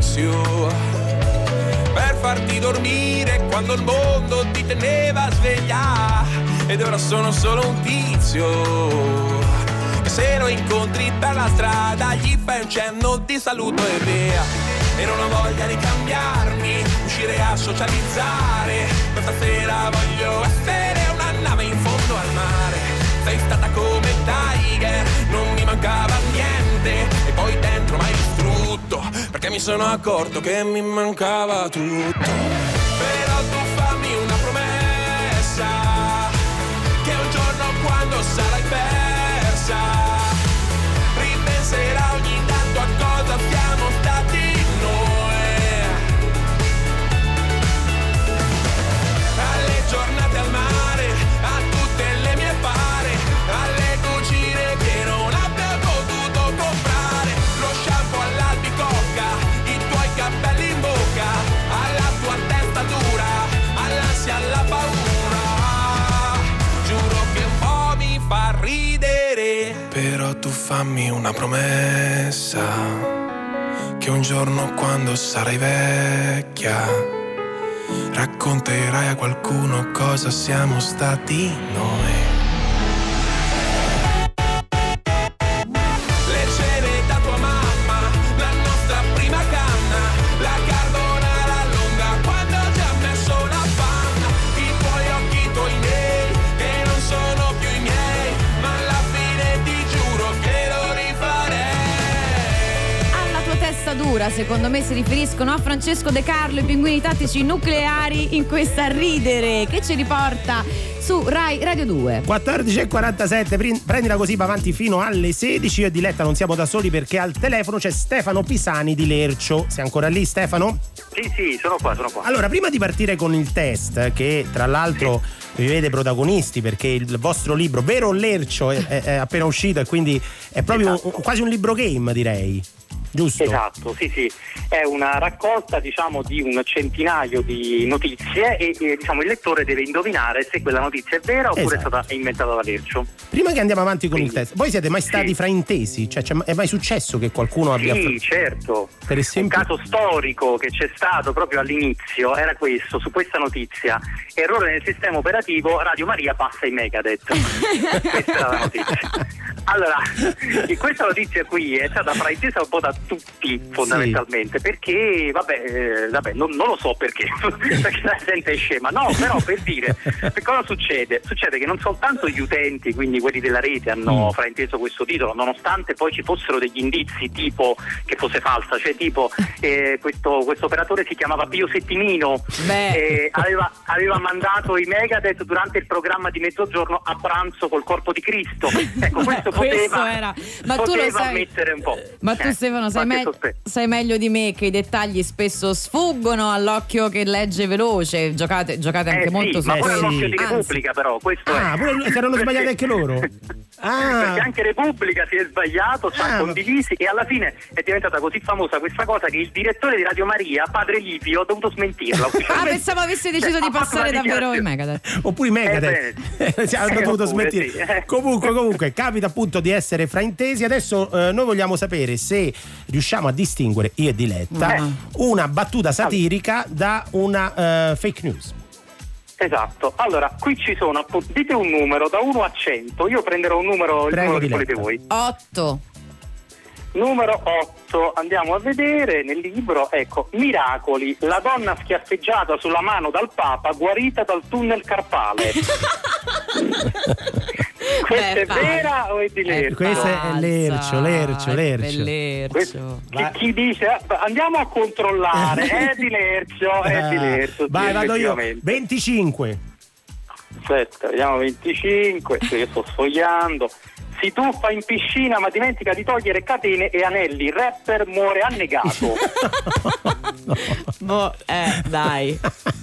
S12: per farti dormire quando il mondo ti teneva sveglia. Ed ora sono solo un tizio che se lo incontri per la strada gli fai un cenno di saluto e via. E non ho voglia di cambiarmi, uscire a socializzare. Questa sera voglio essere una nave in fondo al mare. Sei stata come Tiger, non mi mancava niente e poi dentro m'hai distrutto, perché mi sono accorto che mi mancava tutto. Però tu fammi una promessa, che un giorno quando sarai persa ripenserai ogni tanto a cosa siamo stati noi, alle giornate al mare, a tutte le mie pare, alle cucine che non abbia potuto comprare, lo shampoo all'albicocca, i tuoi capelli in bocca, alla tua testa dura, all'ansia, alla paura. Giuro che un po' mi fa ridere. Però tu fammi una promessa, che un giorno quando sarai vecchia racconterai a qualcuno cosa siamo stati noi. Le cene da tua mamma, la nostra prima canna, la carbonara lunga quando ho già messo la panna, i tuoi occhi, i tuoi miei, che non sono più i miei, ma alla fine ti giuro che lo rifarei.
S2: Alla tua testa dura, secondo me si riferiscono a Francesco De Carlo, i pinguini tattici nucleari, in questa ridere che ci riporta su Rai Radio 2.
S3: 14:47, prendila così, va avanti fino alle 16. Io e Diletta non siamo da soli perché al telefono c'è Stefano Pisani di Lercio. Sei ancora lì, Stefano?
S11: Sì, sono qua.
S3: Allora, prima di partire con il test, che tra l'altro vi vede protagonisti perché il vostro libro Vero Lercio è appena uscito e quindi è proprio quasi un libro game, direi. Giusto?
S11: Esatto, sì, è una raccolta diciamo di un centinaio di notizie e diciamo il lettore deve indovinare se quella notizia è vera oppure è stata inventata da Lercio.
S3: Prima che andiamo avanti con il test, voi siete mai stati fraintesi? Cioè è mai successo che qualcuno abbia...
S11: Sì, certo.
S3: Per esempio...
S11: Un caso storico che c'è stato proprio all'inizio era questo, su questa notizia: errore nel sistema operativo, Radio Maria passa in Megadeth. Questa era la notizia. Allora, questa notizia qui è stata fraintesa un po' da tutti fondamentalmente, perché vabbè non lo so perché la gente è scema, no, però per dire che cosa succede che non soltanto gli utenti, quindi quelli della rete, hanno frainteso questo titolo, nonostante poi ci fossero degli indizi tipo che fosse falsa, cioè tipo questo operatore si chiamava Pio Settimino, aveva mandato i Megadeth durante il programma di mezzogiorno a pranzo col corpo di Cristo. Ecco, questo poteva
S2: tu lo sai,
S11: mettere un po'.
S2: Ma tu, Stefano, sai meglio di me che i dettagli spesso sfuggono all'occhio che legge veloce. Giocate anche molto su
S11: questo. Ma l'occhio di Repubblica, però questo
S3: pure erano sbagliati anche loro.
S11: Perché anche Repubblica si è sbagliato, ci ha condivisi, e alla fine è diventata così famosa questa cosa che il direttore di Radio Maria, padre Livio, ha dovuto smentirla.
S2: Pensavo avesse deciso di passare davvero i Megadeth.
S3: Oppure i Megadeth hanno dovuto smentire. Comunque capita appunto di essere fraintesi. Adesso noi vogliamo sapere se riusciamo a distinguere, io e Diletta, una battuta satirica da una fake news.
S11: Esatto, allora qui ci sono, dite un numero da 1 a 100, io prenderò un numero, il numero che volete voi.
S2: 8.
S11: Numero 8, andiamo a vedere nel libro, ecco, miracoli, la donna schiaffeggiata sulla mano dal Papa guarita dal tunnel carpale. Questa è vera o è di Lercio?
S3: Questa è Lercio.
S11: Chi dice andiamo a controllare, è di Lercio.
S3: Vai, vado io. 25.
S11: Aspetta, vediamo 25, io sto sfogliando. Si tuffa in piscina ma dimentica di togliere catene e anelli, rapper muore annegato.
S2: Dai.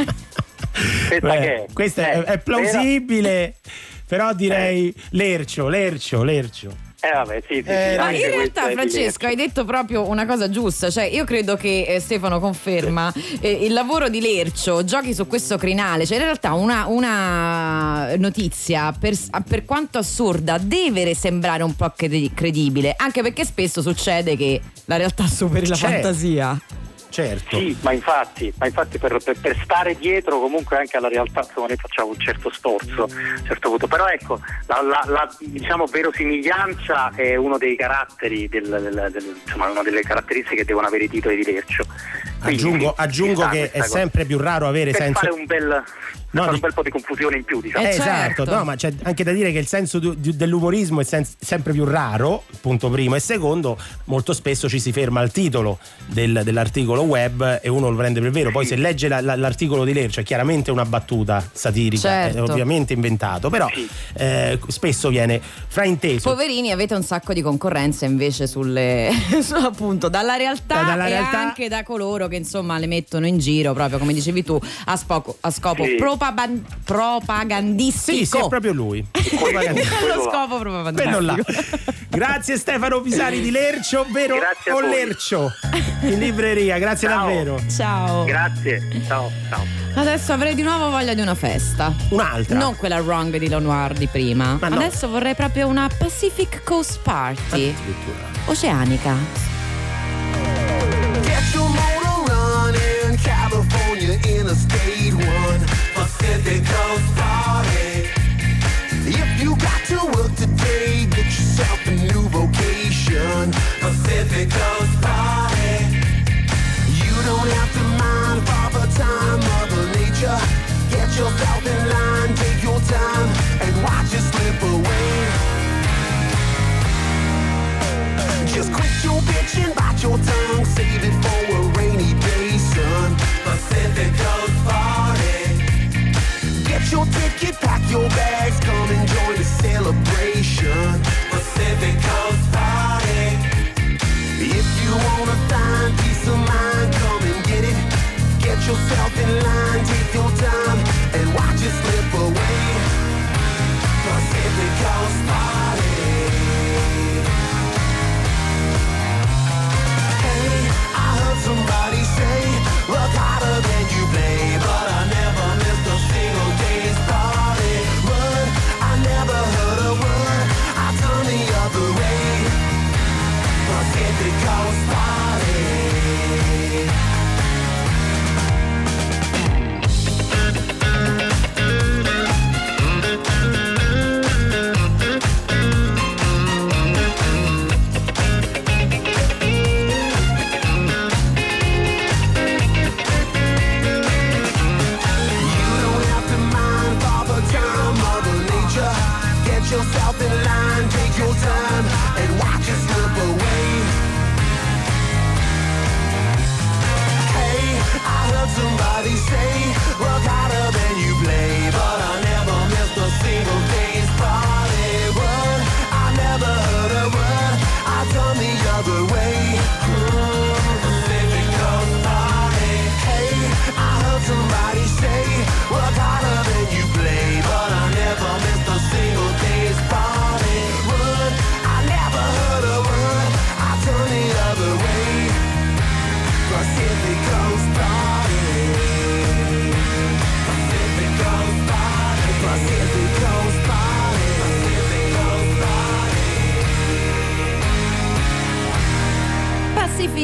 S3: Questa è plausibile, però direi Lercio.
S11: Vabbè, sì.
S2: Ma in realtà, Francesco, hai detto proprio una cosa giusta. Cioè, io credo che Stefano conferma il lavoro di Lercio giochi su questo crinale. Cioè, in realtà una notizia, per quanto assurda, deve sembrare un po' credibile, anche perché spesso succede che la realtà superi la fantasia.
S3: Certo.
S11: Sì, ma infatti per stare dietro comunque anche alla realtà, insomma, noi facciamo un certo sforzo a un certo punto. Però ecco, la diciamo verosimiglianza è uno dei caratteri insomma, una delle caratteristiche che devono avere i titoli di Lercio.
S3: Aggiungo che è sempre più raro avere senso.
S11: Fare un bel po' di confusione in più, diciamo.
S3: Esatto, no, ma c'è anche da dire che il senso dell'umorismo è sempre più raro, punto primo, e secondo, molto spesso ci si ferma al titolo dell'articolo web e uno lo prende per vero. Poi se legge l'articolo di Lercio è chiaramente una battuta satirica, è ovviamente inventato, però spesso viene frainteso.
S2: Poverini, avete un sacco di concorrenza invece appunto dalla realtà e anche da coloro che insomma le mettono in giro, proprio come dicevi tu, a scopo propagandistico.
S3: Sì, è proprio lui.
S2: Lo scopo propagandistico.
S3: Grazie Stefano Pisari di Lercio, vero o Lercio? In libreria, grazie davvero.
S2: Ciao.
S11: Grazie, ciao.
S2: Adesso avrei di nuovo voglia di una festa.
S3: Un'altra?
S2: Non quella Wrong di Lenoir di prima.
S3: Ma no.
S2: Adesso vorrei proprio una Pacific Coast Party. Oceanica.
S13: Get your motor running, California Interstate 1, Pacific Coast Party. If you got to work today, get yourself a new vocation, Pacific Coast Party. You don't have to mind Father Time, Mother Nature. Get yourself in line, take your time, and watch it slip away. Just quit your bitching, bite your tongue, save it for a rainy day, son. Pacific Coast Party. Get your ticket, pack your bags, come and join the celebration. Pacific Coast Party. If you wanna find peace of mind, come and get it. Get yourself in line, take your time, and watch it slip away. Pacific Coast Party. Somebody say, look harder than you play, but I never missed a single day's party. But I never heard a word. I took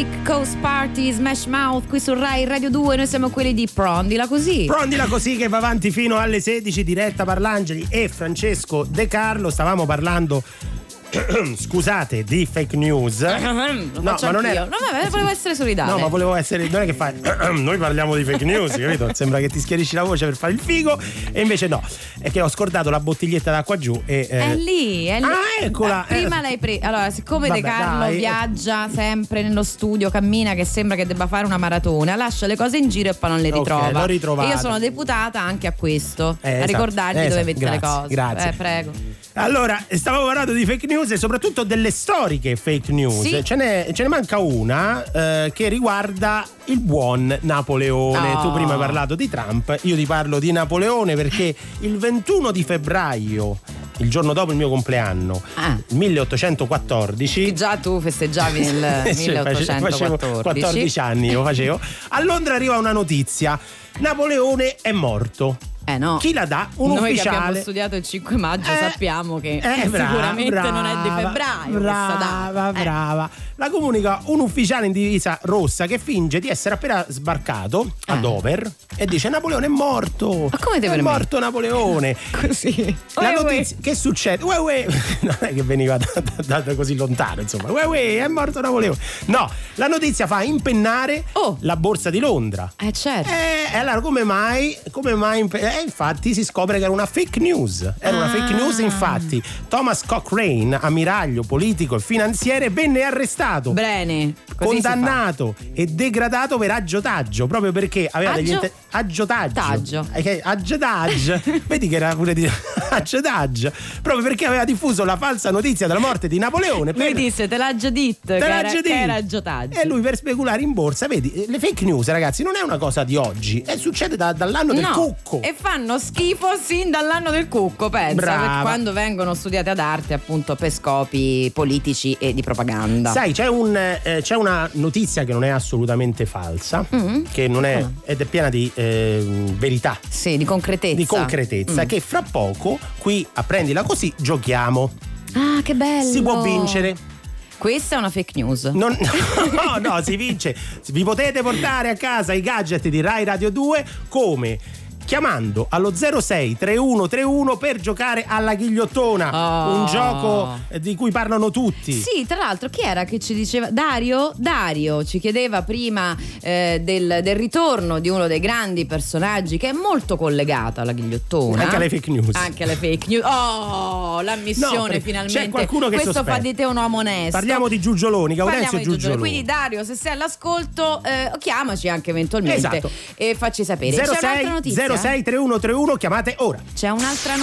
S2: Pacific Coast Party, Smash Mouth qui su Rai Radio 2. Noi siamo quelli di Prondila Così.
S3: Prondila Così, che va avanti fino alle 16, diretta Parlangeli e Francesco De Carlo. Stavamo parlando scusate, di fake news.
S2: No, ma non è. No, ma volevo essere solidale.
S3: No, ma volevo essere. Non è che fai. Noi parliamo di fake news, capito? Sembra che ti schiarisci la voce per fare il figo. E invece no. È che ho scordato la bottiglietta d'acqua giù. E,
S2: È lì.
S3: Ah, eccola.
S2: Prima l'hai presa. Allora, siccome De Carlo viaggia sempre nello studio, cammina che sembra che debba fare una maratona, lascia le cose in giro e poi non le ritrova.
S3: L'ho ritrovata.
S2: E io sono deputata anche a questo. A ricordargli dove mettere le cose.
S3: Grazie.
S2: Prego.
S3: Allora, stavamo parlando di fake news e soprattutto delle storiche fake news.
S2: Sì.
S3: Ce ne manca una che riguarda il buon Napoleone. Tu prima hai parlato di Trump, io ti parlo di Napoleone perché il 21 di febbraio, il giorno dopo il mio compleanno, 1814.
S2: Già tu festeggiavi nel 1814.
S3: Facevo 14 anni, io facevo. A Londra arriva una notizia: Napoleone è morto.
S2: No.
S3: Chi la dà? Un
S2: Noi
S3: ufficiale.
S2: che abbiamo studiato il 5 maggio sappiamo che sicuramente non è di febbraio.
S3: Brava. La comunica un ufficiale in divisa rossa che finge di essere appena sbarcato a Dover e dice: Napoleone è morto.
S2: Ma come
S3: è morto Napoleone?
S2: Così.
S3: La notizia, che succede? Non è che veniva da così lontano, insomma. È morto Napoleone. No, la notizia fa impennare la borsa di Londra.
S2: Certo.
S3: E allora come mai infatti si scopre che era una fake news. Era una fake news, infatti. Thomas Cochrane, ammiraglio politico e finanziere, venne arrestato.
S2: Bene.
S3: Condannato e degradato per aggiotaggio, proprio perché aveva aggiotaggio. Vedi che era pure di aggiotaggio, proprio perché aveva diffuso la falsa notizia della morte di Napoleone.
S2: Lui disse: te l'ha già detto che era aggiotaggio.
S3: E lui per speculare in borsa. Vedi, le fake news, ragazzi, non è una cosa di oggi, succede dall'anno del cucco.
S2: E fanno schifo sin dall'anno del cucco, pensa.
S3: Brava.
S2: Quando vengono studiate ad arte, appunto, per scopi politici e di propaganda.
S3: Sai, c'è una notizia che non è assolutamente falsa, che non è ed è piena di verità.
S2: Sì, di concretezza.
S3: Che fra poco qui a Prendila Così giochiamo.
S2: Ah, che bello!
S3: Si può vincere.
S2: Questa è una fake news.
S3: No, si vince. Vi potete portare a casa i gadget di Rai Radio 2 come? Chiamando allo 06 3131 per giocare alla ghigliottona, un gioco di cui parlano tutti.
S2: Sì, tra l'altro chi era che ci diceva? Dario ci chiedeva prima del ritorno di uno dei grandi personaggi che è molto collegato alla ghigliottona,
S3: anche alle fake news.
S2: L'ammissione finalmente.
S3: C'è qualcuno che
S2: questo
S3: sospetta.
S2: fa di te un uomo onesto.
S3: Parliamo di Giugioloni, Gaudenzio Giugioloni.
S2: Quindi Dario, se sei all'ascolto, chiamaci anche eventualmente,
S3: esatto,
S2: e facci sapere. C'è un'altra notizia.
S3: 06 3131, chiamate ora.
S2: C'è un'altra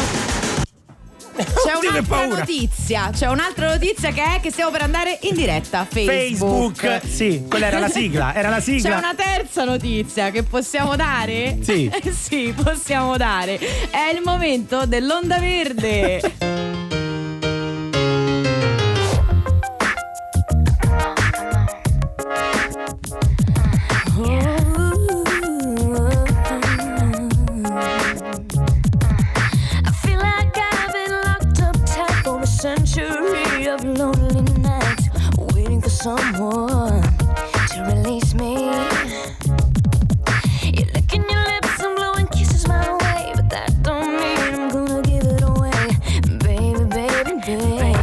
S2: notizia che stiamo per andare in diretta. Facebook.
S3: Sì, quella era la sigla.
S2: C'è una terza notizia che possiamo dare?
S3: Sì.
S2: Sì, possiamo dare. È il momento dell'onda verde.
S9: Century of lonely nights, waiting for someone to release me. You're licking your lips and blowing kisses my way, but that don't mean I'm gonna give it away, baby, baby, baby.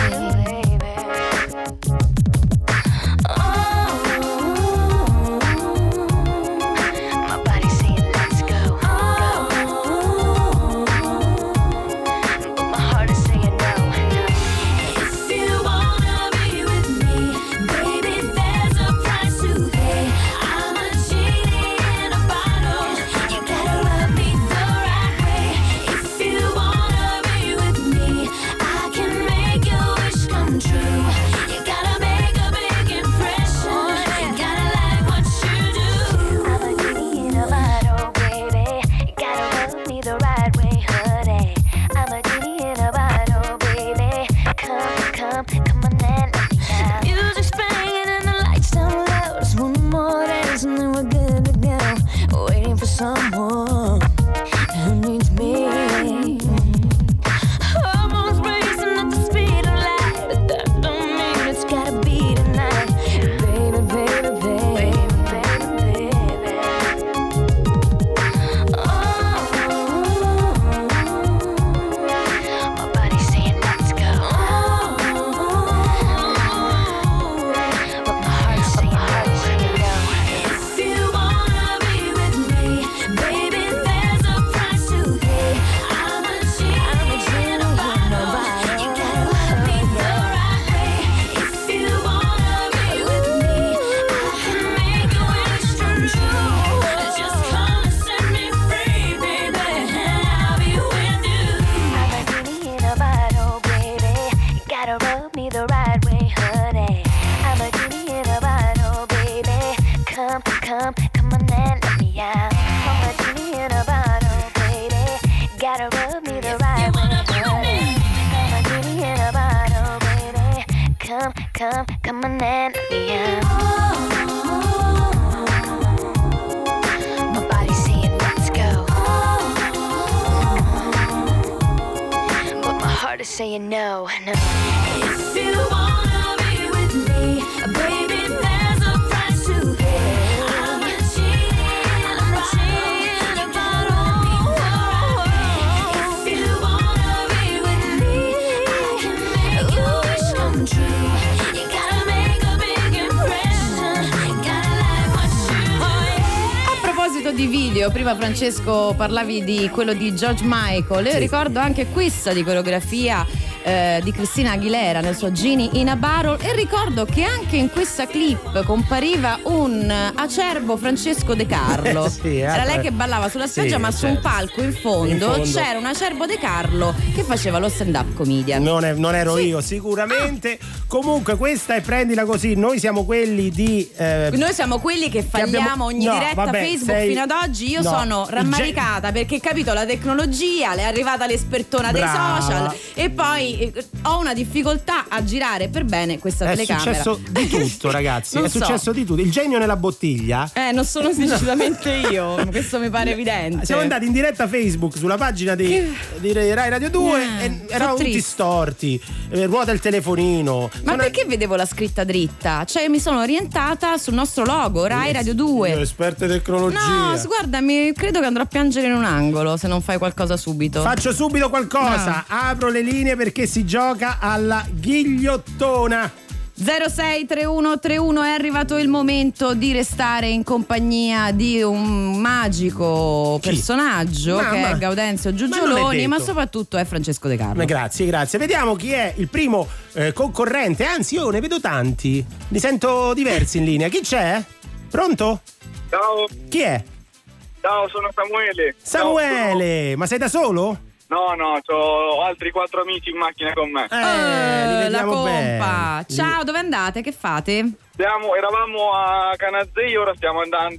S9: My body's saying let's go, but my heart is saying no. Someone who needs me. Hormones racing at the speed of light, but that don't mean it's gotta be tonight, baby, baby. gotta rub me the right way. I'm a genie in a bottle, baby. Come on and yeah. My body's saying let's go, but my heart is saying no. If you wanna be with me, baby, there's a price to pay. I'm a genie about all. If you wanna be with me, I can make your wish come true. You gotta make a big impression. Gotta like what you do.
S2: A proposito di video, prima Francesco parlavi di quello di George Michael. Io ricordo anche questa di coreografia di Christina Aguilera nel suo Genie in a Barrel, e ricordo che anche in questa clip compariva un acerbo Francesco De Carlo. Era lei che ballava sulla spiaggia, ma su un palco in fondo c'era un acerbo De Carlo che faceva lo stand-up comedian.
S3: Non ero io sicuramente. Comunque questa è prendila così. Noi siamo quelli di
S2: noi siamo quelli che falliamo ogni diretta Facebook fino ad oggi. Io sono rammaricata perché, capito, la tecnologia è arrivata all'espertona dei social, e poi ho una difficoltà a girare per bene questa telecamera.
S3: È successo di tutto, ragazzi. Successo di tutto. Il genio nella bottiglia.
S2: Non sono decisamente io. Questo mi pare evidente.
S3: Siamo andati in diretta Facebook sulla pagina di Rai Radio 2 e erano tutti storti. Ruota il telefonino.
S2: Ma perché vedevo la scritta dritta? Cioè, mi sono orientata sul nostro logo Rai Radio 2.
S3: Esperte tecnologia.
S2: No, guarda, credo che andrò a piangere in un angolo se non fai qualcosa subito.
S3: Faccio subito qualcosa. Apro le linee perché si gioca alla ghigliottona.
S2: 063131. È arrivato il momento di restare in compagnia di un magico personaggio che è Gaudenzio Giugioloni, ma soprattutto è Francesco De Carlo.
S3: Grazie. Vediamo chi è il primo concorrente. Anzi, io ne vedo tanti, li sento diversi in linea. Chi c'è? Pronto?
S14: Ciao.
S3: Chi è?
S14: Ciao, sono Samuele.
S3: Samuele, ma sei da solo?
S14: No, ho altri 4 amici in macchina con me.
S3: Li vediamo bene.
S2: Ciao, dove andate? Che fate?
S14: Eravamo a Canazei, ora siamo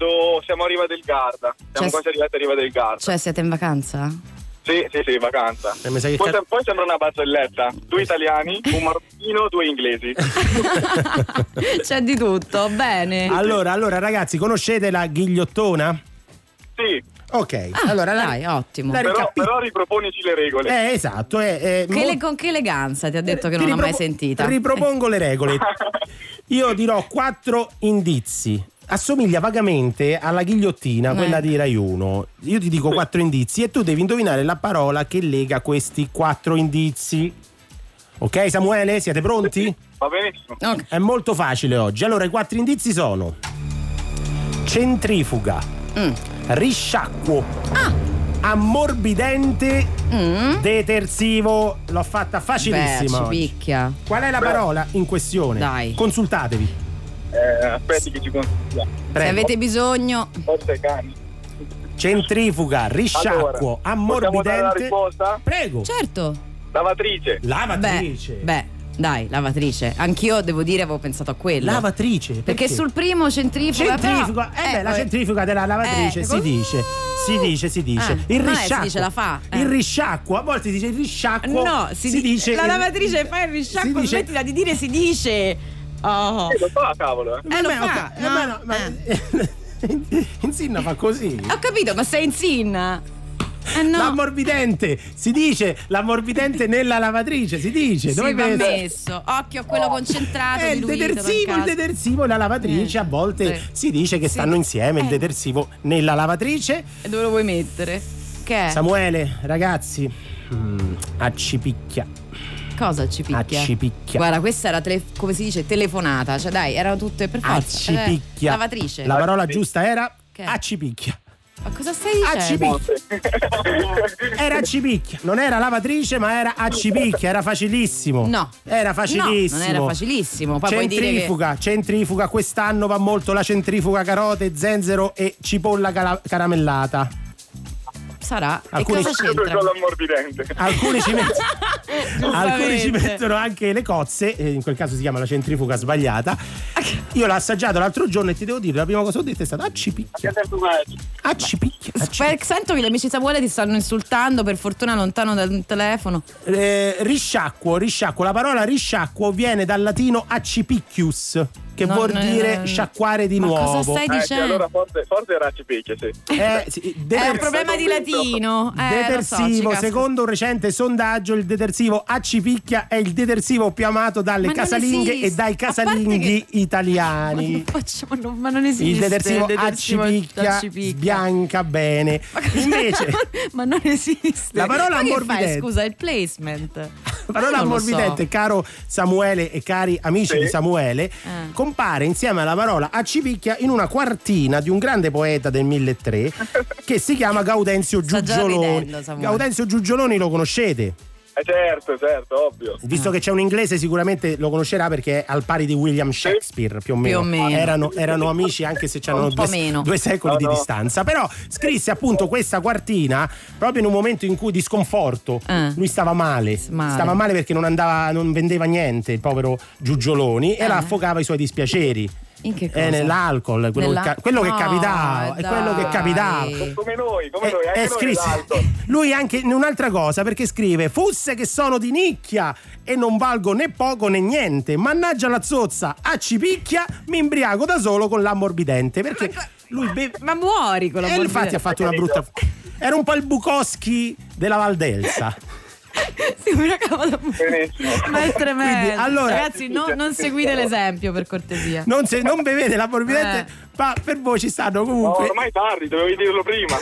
S14: a Riva del Garda. Siamo quasi arrivati a Riva del Garda.
S2: Cioè, siete in vacanza?
S14: Sì, vacanza. Poi sembra una barzelletta. 2 italiani, un marocchino, 2 inglesi.
S2: C'è di tutto, bene.
S3: Allora, ragazzi, conoscete la ghigliottona?
S14: Sì.
S3: Ok, allora
S2: dai, ottimo.
S14: Però riproponici le regole.
S3: Esatto.
S2: Con che eleganza ti ha detto che non l'ha mai sentita.
S3: Ripropongo le regole. Io dirò 4 indizi. Assomiglia vagamente alla ghigliottina, quella di Rai 1. Io ti dico 4 indizi e tu devi indovinare la parola che lega questi 4 indizi. Ok, Samuele, siete pronti?
S14: Va benissimo.
S2: Okay.
S3: È molto facile oggi. Allora, i 4 indizi sono: centrifuga, risciacquo, ammorbidente, detersivo. L'ho fatta facilissima.
S2: Ci picchia.
S3: Qual è la parola in questione?
S2: Dai.
S3: Consultatevi.
S14: Aspetti che ci consigliamo.
S2: Se avete bisogno.
S14: Forse cani.
S3: Centrifuga, risciacquo, ammorbidente.
S14: Possiamo dare la risposta?
S3: Prego.
S2: Certo.
S14: Lavatrice.
S2: Dai, lavatrice. Anch'io devo dire avevo pensato a quello.
S3: Lavatrice?
S2: Perché sul primo centrifuga.
S3: La centrifuga della lavatrice si dice. Il risciacquo.
S2: Si dice la fa.
S3: Il risciacquo, a volte si dice il risciacquo.
S2: No,
S3: si dice.
S2: La lavatrice fa il risciacquo, smettila di dire si dice.
S14: Lo fa, cavolo.
S2: Lo fa.
S3: Insinna fa così.
S2: Ho capito, ma sei Insinna. No.
S3: L'ammorbidente, si dice l'ammorbidente nella lavatrice, si dice.
S2: Dove va messo? Occhio a quello concentrato.
S3: Il detersivo e la lavatrice a volte si dice che stanno insieme, il detersivo nella lavatrice.
S2: E dove lo vuoi mettere? Che è?
S3: Samuele, ragazzi, accipicchia.
S2: Cosa accipicchia?
S3: Accipicchia.
S2: Guarda, questa era come si dice, telefonata. Cioè dai, erano tutte per forza.
S3: Accipicchia.
S2: Lavatrice.
S3: La parola giusta era accipicchia.
S2: Ma cosa stai dicendo?
S3: Era accipicchia. Non era lavatrice, ma era accipicchia. Era facilissimo.
S2: No.
S3: Era facilissimo.
S2: No, non era facilissimo. Poi
S3: centrifuga. Quest'anno va molto la centrifuga carote, zenzero e cipolla caramellata.
S2: Sarà.
S14: Alcuni
S2: e cosa c'entra?
S3: Alcuni ci mettono anche le cozze, in quel caso si chiama la centrifuga sbagliata. Io l'ho assaggiato l'altro giorno e ti devo dire, la prima cosa che ho detto è stata accipicchia.
S2: Sento che gli amici Samuele ti stanno insultando, per fortuna lontano dal telefono.
S3: Risciacquo. La parola risciacquo viene dal latino accipicchius, che vuol dire sciacquare di nuovo.
S2: Cosa stai dicendo?
S14: Allora forse era accipicchia, sì.
S2: È un problema di latino.
S3: Detersivo, secondo un recente sondaggio, il detersivo accipicchia è il detersivo più amato dalle casalinghe e dai casalinghi italiani.
S2: Ma non esiste.
S3: Il detersivo accipicchia bianca bene. Invece
S2: ma non esiste.
S3: La parola ammorbidente.
S2: Scusa, il placement.
S3: La parola ammorbidente, caro Samuele e cari amici di Samuele, compare insieme alla parola accipicchia in una quartina di un grande poeta del 1300 che si chiama Gaudenzio Giugioloni. Gaudenzio Giugioloni lo conoscete?
S14: Certo, ovvio.
S3: Visto che c'è un inglese sicuramente lo conoscerà, perché è al pari di William Shakespeare, più o meno. Erano amici, anche se c'erano due secoli di distanza. Però scrisse appunto questa quartina proprio in un momento in cui di sconforto. Lui stava male perché non vendeva niente, il povero Giugioloni, e la affogava i suoi dispiaceri.
S2: In che cosa?
S3: Nell'alcol, quello che capitava, è quello che capitava.
S14: Come noi, anche
S3: scrisse, lui anche in un'altra cosa, perché scrive: fusse che sono di nicchia e non valgo né poco né niente, mannaggia la zozza, accipicchia, mi imbriaco da solo con l'ammorbidente, perché lui beve.
S2: Ma muori con l'ammorbidente.
S3: E infatti ha fatto una brutta. Era un po' il Bukowski della Valdelsa.
S2: Sì, una cavolo. Ma è tremendo.
S3: Quindi, allora,
S2: ragazzi, non seguite l'esempio, per cortesia.
S3: Non bevete l'ammorbidente, ma per voi ci stanno comunque.
S14: No, ormai tardi, dovevi dirlo prima.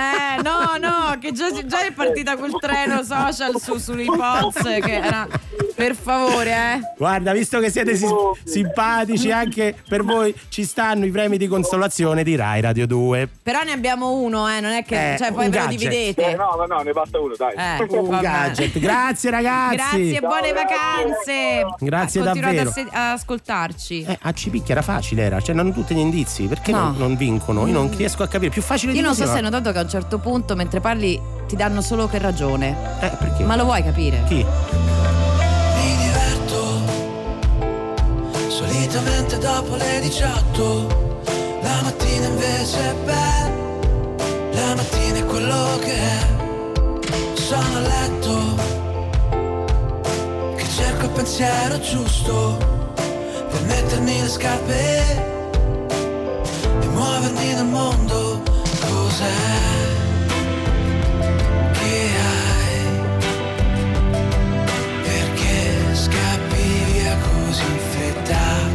S2: No, che già è partita quel treno social sui poz, che era. Per favore,
S3: Guarda, visto che siete simpatici, anche per voi ci stanno i premi di consolazione di Rai Radio 2.
S2: Però ne abbiamo uno, non è che poi ve lo dividete.
S14: No, ne basta uno, dai.
S3: Un gadget. Grazie ragazzi.
S2: Grazie, buone vacanze.
S3: Grazie davvero.
S2: Continuate a ascoltarci.
S3: Accipicchia era facile, c'erano tutti gli indizi. Perché non vincono? Io non riesco a capire. Più facile di
S2: così. Io non so se hai notato che a un certo punto, mentre parli, ti danno solo che ragione.
S3: Perché?
S2: Ma lo vuoi capire?
S3: Chi?
S6: Solitamente dopo le 18, la mattina invece è bella, la mattina è quello che è. Sono a letto, che cerco il pensiero giusto per mettermi le scarpe e muovermi nel mondo. Cos'è che hai? Perché scappi via così in fretta?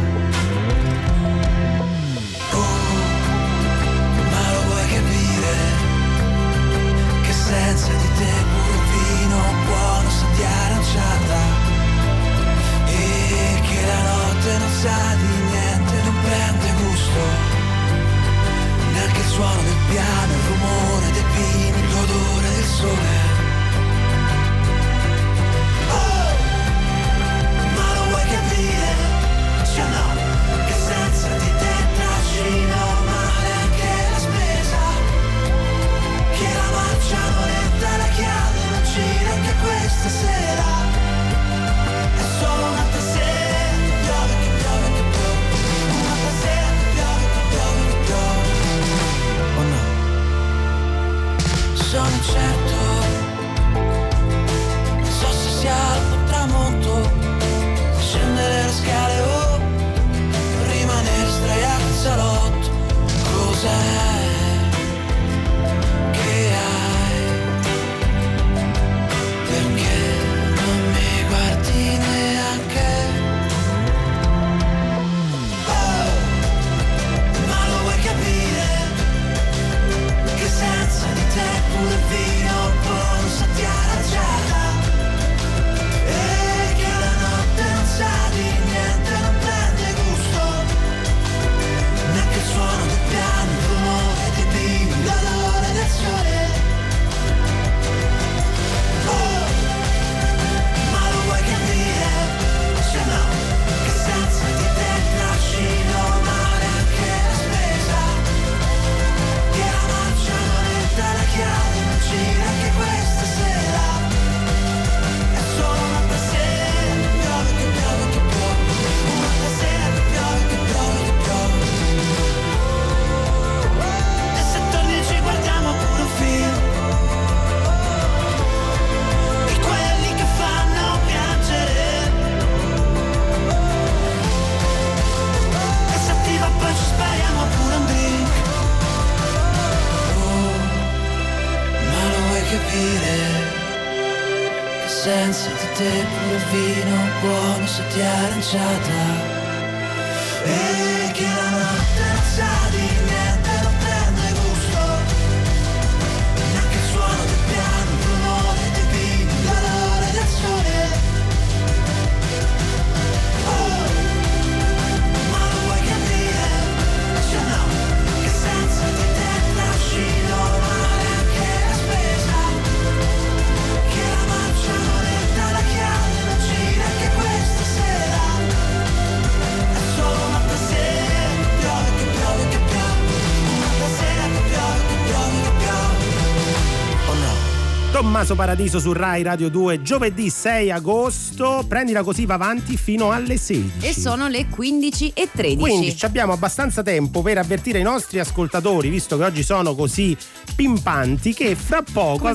S6: Ma lo vuoi capire che senza di te pure vino buono sa di aranciata, e che la notte non sa di niente, non prende gusto neanche il suono del piano, il rumore del che senza di te pure vino buono se ti è aranciata, e che la notte non sa di niente, non prende gusto, neanche il suono del piano, il rumore dei vini, il dolore del sole.
S3: Tommaso Paradiso su Rai Radio 2, giovedì 6 agosto. Prendila così, va avanti fino alle 16.
S2: E sono le 15:13.
S3: Quindi abbiamo abbastanza tempo per avvertire i nostri ascoltatori, visto che oggi sono così pimpanti, che fra poco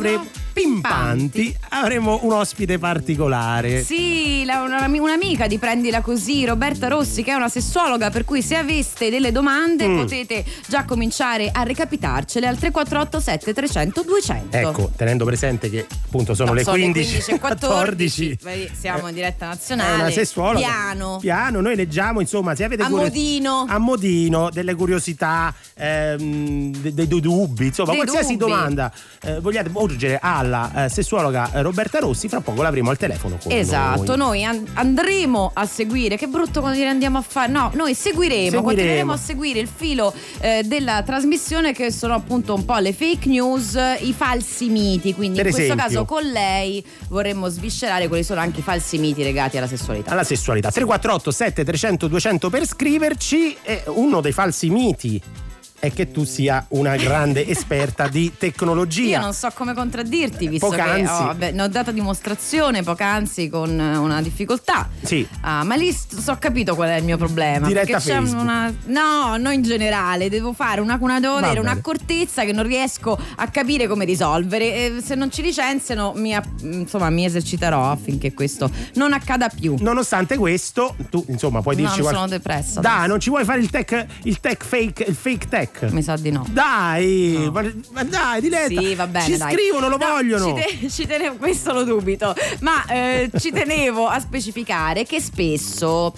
S3: avremo un ospite particolare.
S2: Sì, un'amica di Prendila Così, Roberta Rossi, che è una sessuologa, per cui se aveste delle domande potete già cominciare a recapitarcele al 348 7300 200.
S3: Ecco, tenendo presente che appunto sono le 15:14.
S2: Siamo in diretta nazionale.
S3: È una sessuologa. Piano, noi leggiamo, insomma, se avete a modino delle curiosità, dei dubbi, insomma, qualsiasi domanda vogliate porgere alla sessuologa Roberta Rossi, fra poco l'avremo al telefono con
S2: noi andremo a seguire, che brutto quando andiamo a fare, no, noi continueremo a seguire il filo della trasmissione, che sono appunto un po' le fake news, i falsi miti, quindi in questo caso con lei vorremmo sviscerare quali sono anche i falsi miti legati alla sessualità.
S3: 348 7300 200 per scriverci. Uno dei falsi miti è che tu sia una grande esperta di tecnologia.
S2: Io non so come contraddirti, visto
S3: poc'anzi.
S2: che ne ho data dimostrazione poc'anzi con una difficoltà.
S3: Sì.
S2: Ma lì ho capito qual è il mio problema.
S3: Diretta
S2: perché c'è no, in generale devo fare devo avere un'accortezza che non riesco a capire come risolvere. E se non ci licenziano mi eserciterò affinché questo non accada più.
S3: Nonostante questo, tu insomma puoi dirci
S2: sono depressa.
S3: Dai, non ci vuoi fare il fake tech?
S2: Mi sa di no.
S3: Dai, ma dai, Diletta.
S2: Sì, va bene,
S3: ci scrivono, lo vogliono.
S2: Ci tenevo, questo lo dubito, ma ci tenevo a specificare che spesso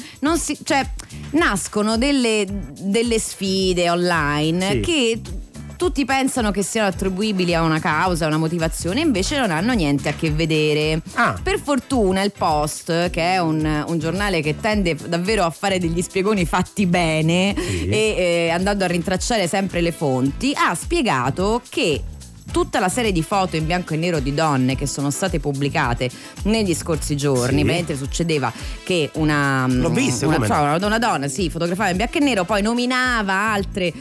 S2: nascono delle sfide online che tutti pensano che siano attribuibili a una causa, a una motivazione, invece non hanno niente a che vedere. Per fortuna il Post, che è un giornale che tende davvero a fare degli spiegoni fatti bene e andando a rintracciare sempre le fonti, ha spiegato che tutta la serie di foto in bianco e nero di donne che sono state pubblicate negli scorsi giorni, mentre succedeva che una donna fotografava in bianco e nero, poi nominava altre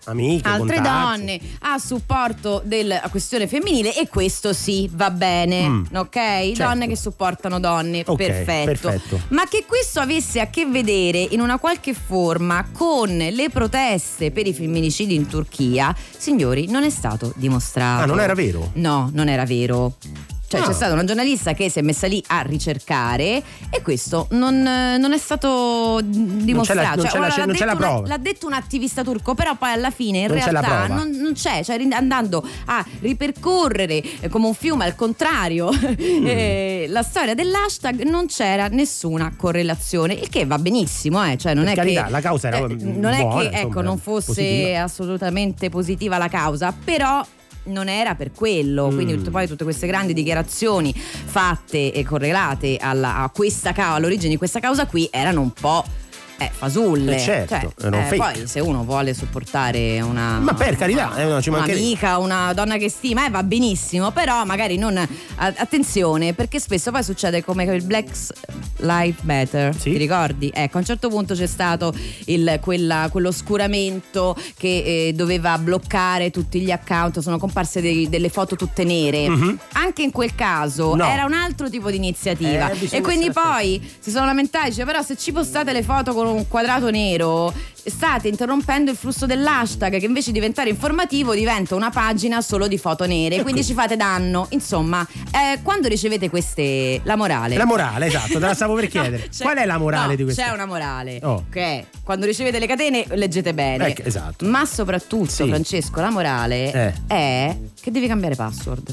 S2: donne a supporto della questione femminile, e questo sì va bene, ok? Certo. Donne che supportano donne, perfetto. Ma che questo avesse a che vedere in una qualche forma con le proteste per i femminicidi in Turchia, signori, non è stato dimostrato.
S3: Non era vero?
S2: No, non era vero. C'è stata una giornalista che si è messa lì a ricercare e questo non è stato dimostrato.
S3: Non c'è la prova.
S2: L'ha detto un attivista turco, però poi alla fine in realtà non c'è. Cioè, andando a ripercorrere come un fiume al contrario la storia dell'hashtag, non c'era nessuna correlazione, il che va benissimo, cioè non per è carità,
S3: che la causa era
S2: non
S3: buona,
S2: è che non fosse positiva. Assolutamente positiva la causa, però non era per quello, quindi poi tutte queste grandi dichiarazioni fatte e correlate a questa all'origine di questa causa qui erano un po' fasulle.
S3: Certo,
S2: poi se uno vuole supportare una
S3: per carità,
S2: un'amica, una donna che stima, va benissimo, però magari non attenzione, perché spesso poi succede come il Black Lives Matter, ti ricordi? Ecco, a un certo punto c'è stato quell'oscuramento che doveva bloccare tutti gli account, sono comparse delle foto tutte nere. Anche in quel caso era un altro tipo di iniziativa, e quindi poi si sono lamentati, dice, però se ci postate le foto con un quadrato nero state interrompendo il flusso dell'hashtag, che invece di diventare informativo diventa una pagina solo di foto nere, quindi ci fate danno. Insomma, quando ricevete queste, la morale,
S3: esatto, te la stavo per chiedere. Qual è la morale di questo?
S2: C'è una morale che quando ricevete le catene leggete bene,
S3: esatto.
S2: ma soprattutto Francesco, la morale è che devi cambiare password.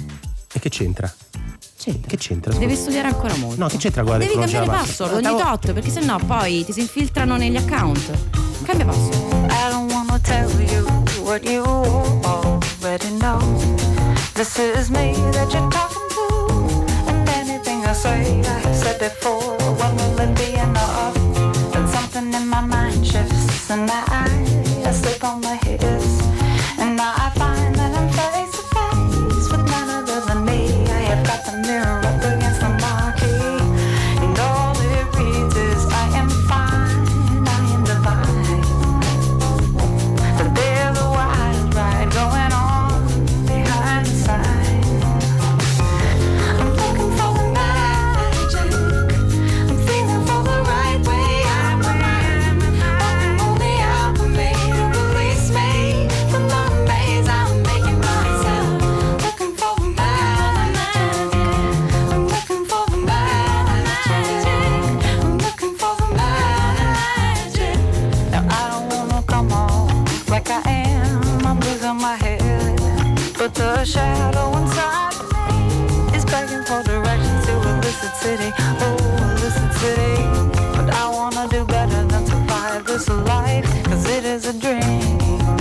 S3: E che c'entra? Che c'entra?
S2: Devi studiare ancora molto.
S3: No, che c'entra quella
S2: Devi cambiare password ogni tot, perché sennò poi ti si infiltrano negli account. Cambia password.
S15: I don't wanna tell you what you already know. This is me that you're talking to, and anything I say I have said before. When will it be enough? Then something in my mind shifts, and I slip on my hips, and now I find that I'm face to face with none other than me. I have got the mirror up against the marquee, and all it reads is I am fine, I am divine. But there's a wild ride going on behind the sign. I'm looking for the magic, I'm feeling for the right way. I'm only out for me to release me from the maze I'm making myself. Looking for the magic, I'm looking for the magic, I'm looking for the magic. Now I don't wanna come on like I am, I'm losing my head, but the shadow inside of me is begging for directions to illicit city, oh illicit city. But I wanna do better than survive this life, cause it is a dream.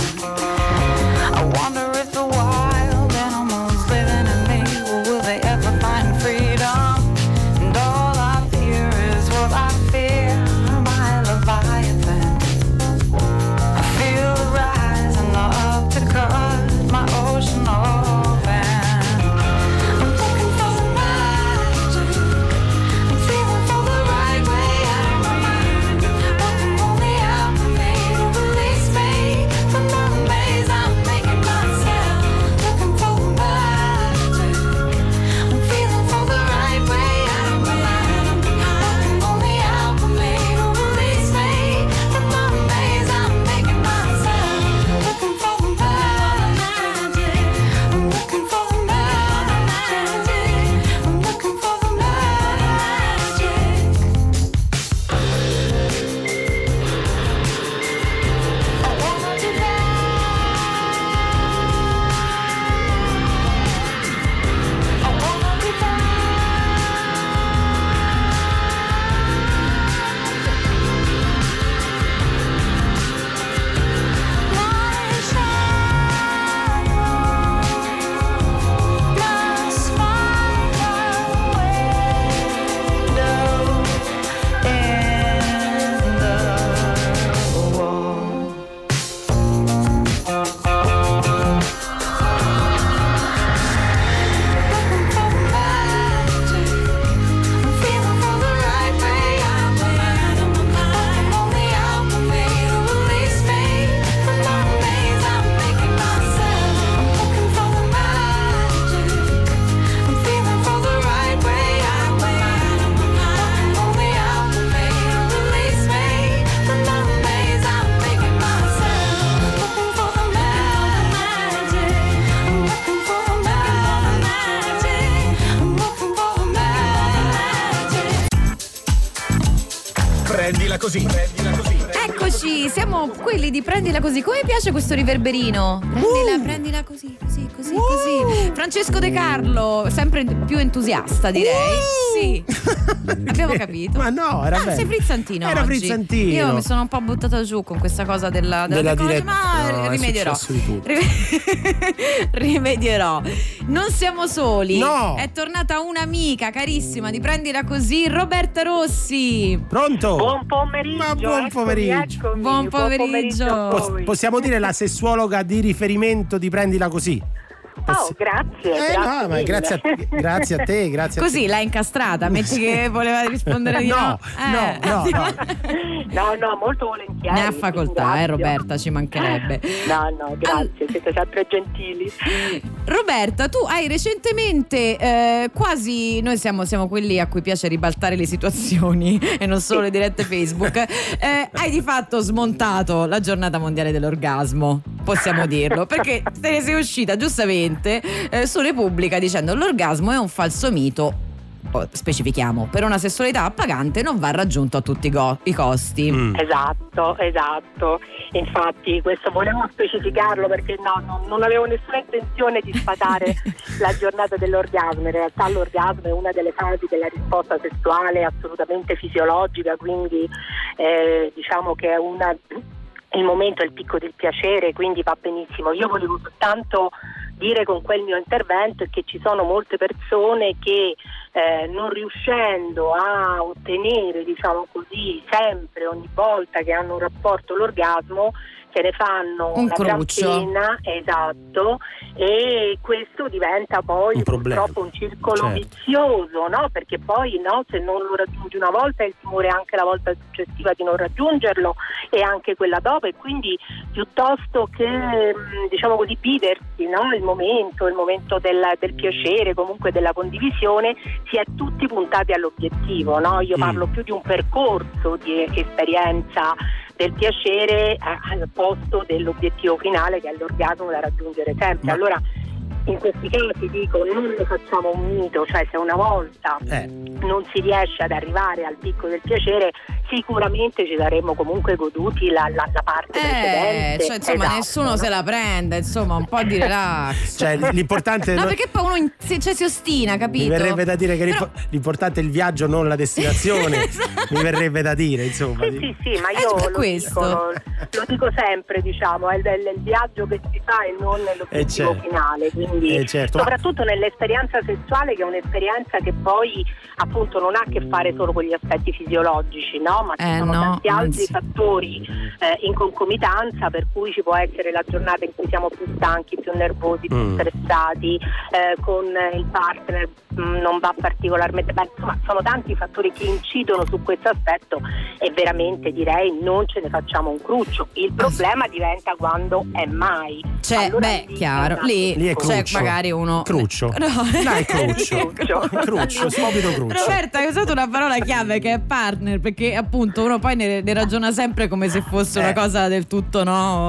S15: I wonder if the wild animals living in me, will they ever find freedom? And all I fear is what I fear, my Leviathan. I feel the rising up to cut my ocean open. I'm looking for the magic, I'm feeling for the right way. I'm only out for me to release me from the maze I'm making myself. Looking for the magic, I'm feeling for the right way. I'm only out for me to release me from the maze I'm making myself. Looking for the magic, I'm looking for the magic, I'm looking for the magic. I wanna do that. I wanna do that. My shadow must find a window in the wall. Looking for the magic, I'm feeling for the right way. I'm only out for me to release me from the maze I'm making myself. I'm looking for the magic, I'm feeling for the right way. I'm only out for me to release me from the maze I'm making myself. Looking for the magic, I'm looking for the magic, I'm looking for the magic.
S3: Prendila così, prendila così.
S2: Eccoci, siamo quelli di Prendila Così. Come piace questo riverberino? Prendila così, così, così, così. Francesco De Carlo, sempre più entusiasta, direi. Sì. Abbiamo capito.
S3: Ma no, era bello.
S2: Sei frizzantino
S3: Era
S2: oggi.
S3: frizzantino.
S2: Io mi sono un po' buttata giù con questa cosa della tecnologia, ma
S3: no,
S2: rimedierò.
S3: è successo di tutto.
S2: Rimedierò. Non siamo soli.
S3: No.
S2: È tornata un'amica carissima di Prendila Così, Roberta Rossi.
S3: Pronto?
S16: Buon pomeriggio.
S3: Ma buon pomeriggio.
S2: Buon pomeriggio.
S16: a voi.
S3: Possiamo dire la sessuologa di riferimento di Prendila Così?
S16: Oh, grazie.
S3: No, ma grazie a te, grazie
S2: Così
S3: a te.
S2: l'ha incastrata, metti che voleva rispondere di no.
S16: No, molto volentieri.
S2: Ne ha facoltà, Roberta, ci mancherebbe.
S16: No, grazie, siete sempre gentili.
S2: Roberta, tu hai recentemente quasi, noi siamo quelli a cui piace ribaltare le situazioni e non solo le dirette Facebook, hai di fatto smontato la giornata mondiale dell'orgasmo, possiamo dirlo, perché te ne sei uscita giustamente su Repubblica dicendo l'orgasmo è un falso mito. specifichiamo, per una sessualità appagante non va raggiunto a tutti i costi.
S16: Esatto. Infatti questo volevo specificarlo, perché non avevo nessuna intenzione di sfatare la giornata dell'orgasmo. In realtà l'orgasmo è una delle fasi della risposta sessuale assolutamente fisiologica, quindi diciamo che è il momento, è il picco del piacere, quindi va benissimo. Io volevo soltanto dire con quel mio intervento che ci sono molte persone che non riuscendo a ottenere, diciamo così, sempre, ogni volta che hanno un rapporto, l'orgasmo, se ne fanno una gran pena, esatto, e questo diventa poi purtroppo un circolo vizioso, no? Perché poi se non lo raggiungi una volta, il timore anche la volta successiva di non raggiungerlo e anche quella dopo, e quindi piuttosto che diciamo così viversi, no? il momento del piacere, comunque della condivisione, si è tutti puntati all'obiettivo, no? Io parlo più di un percorso di esperienza del piacere al posto dell'obiettivo finale, che è l'orgasmo da raggiungere sempre. Allora in questi casi dico, non ne facciamo un mito, cioè se una volta non si riesce ad arrivare al picco del piacere, sicuramente ci saremmo comunque goduti la parte precedente.
S2: Cioè, insomma, nessuno se la prende, insomma, un po' di relax.
S3: Cioè, l'importante
S2: no, perché poi uno si ostina, capito?
S3: Mi verrebbe da dire che l'importante è il viaggio, non la destinazione.
S2: Esatto.
S3: Mi verrebbe da dire, insomma.
S16: Sì, ma io lo dico sempre, diciamo, è il viaggio che si fa e non l'obiettivo finale. Quindi soprattutto nell'esperienza sessuale, che è un'esperienza che poi appunto non ha a che fare solo con gli aspetti fisiologici, no? Ma ci sono tanti altri fattori in concomitanza, per cui ci può essere la giornata in cui siamo più stanchi, più nervosi, più stressati, con il partner non va particolarmente bene, insomma sono tanti fattori che incidono su questo aspetto e veramente direi non ce ne facciamo un cruccio. Il problema diventa quando è mai.
S2: Chiaro, lì è
S3: cruccio.
S2: C'è magari uno
S3: cruccio. Dai, cruccio, subito cruccio.
S2: Roberta, hai usato una parola chiave che è partner, perché appunto uno poi ne ragiona sempre come se fosse una cosa del tutto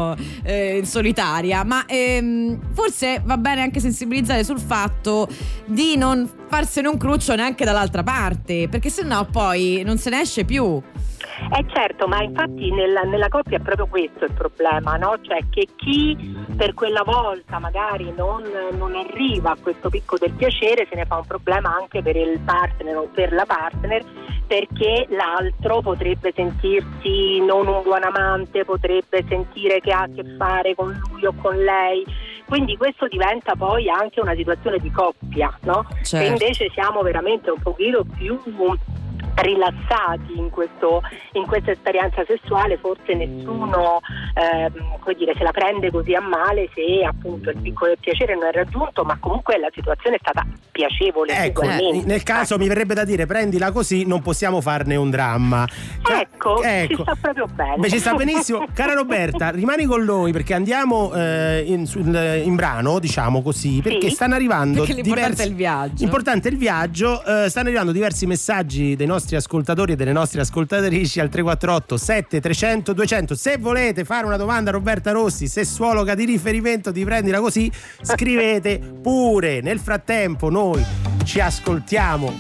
S2: solitaria, ma forse va bene anche sensibilizzare sul fatto di non farsene un cruccio neanche dall'altra parte, perché sennò poi non se ne esce più.
S16: Certo, ma infatti nella coppia è proprio questo il problema, no? Cioè che chi per quella volta magari non arriva a questo picco del piacere se ne fa un problema anche per il partner o per la partner, perché l'altro potrebbe sentirsi non un buon amante, potrebbe sentire che ha a che fare con lui o con lei. Quindi questo diventa poi anche una situazione di coppia, no? Se invece siamo veramente un pochino più rilassati in questa esperienza sessuale, forse nessuno se la prende così a male se appunto il piccolo piacere non è raggiunto, ma comunque la situazione è stata piacevole.
S3: Nel caso mi verrebbe da dire prendila così, non possiamo farne un dramma.
S16: Ci sta proprio bene.
S3: Ci sta benissimo. Cara Roberta, rimani con noi perché andiamo in brano, diciamo così, perché stanno arrivando
S2: l'importante è il viaggio.
S3: Importante è il viaggio. Stanno arrivando diversi messaggi dei nostri ascoltatori e delle nostre ascoltatrici al 348 7300 200. Se volete fare una domanda a Roberta Rossi, sessuologa di riferimento di Prendila Così, scrivete pure. Nel frattempo noi ci ascoltiamo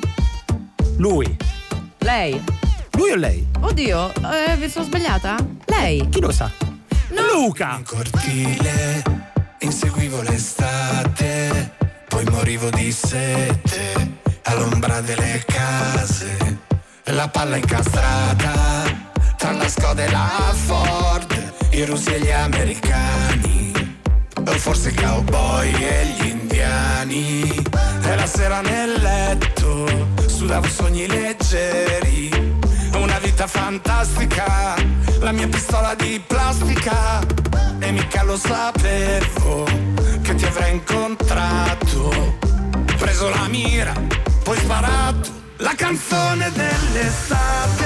S2: lei
S3: o lei?
S2: Oddio, vi sono sbagliata? Lei?
S3: Chi lo sa?
S2: No.
S3: Luca!
S17: In cortile inseguivo l'estate, poi morivo di sete all'ombra delle case, la palla incastrata tra la Skoda e la Ford, i russi e gli americani, o forse i cowboy e gli indiani. E la sera nel letto sudavo sogni leggeri, una vita fantastica, la mia pistola di plastica, e mica lo sapevo che ti avrei incontrato. Preso la mira, poi sparato, la canzone dell'estate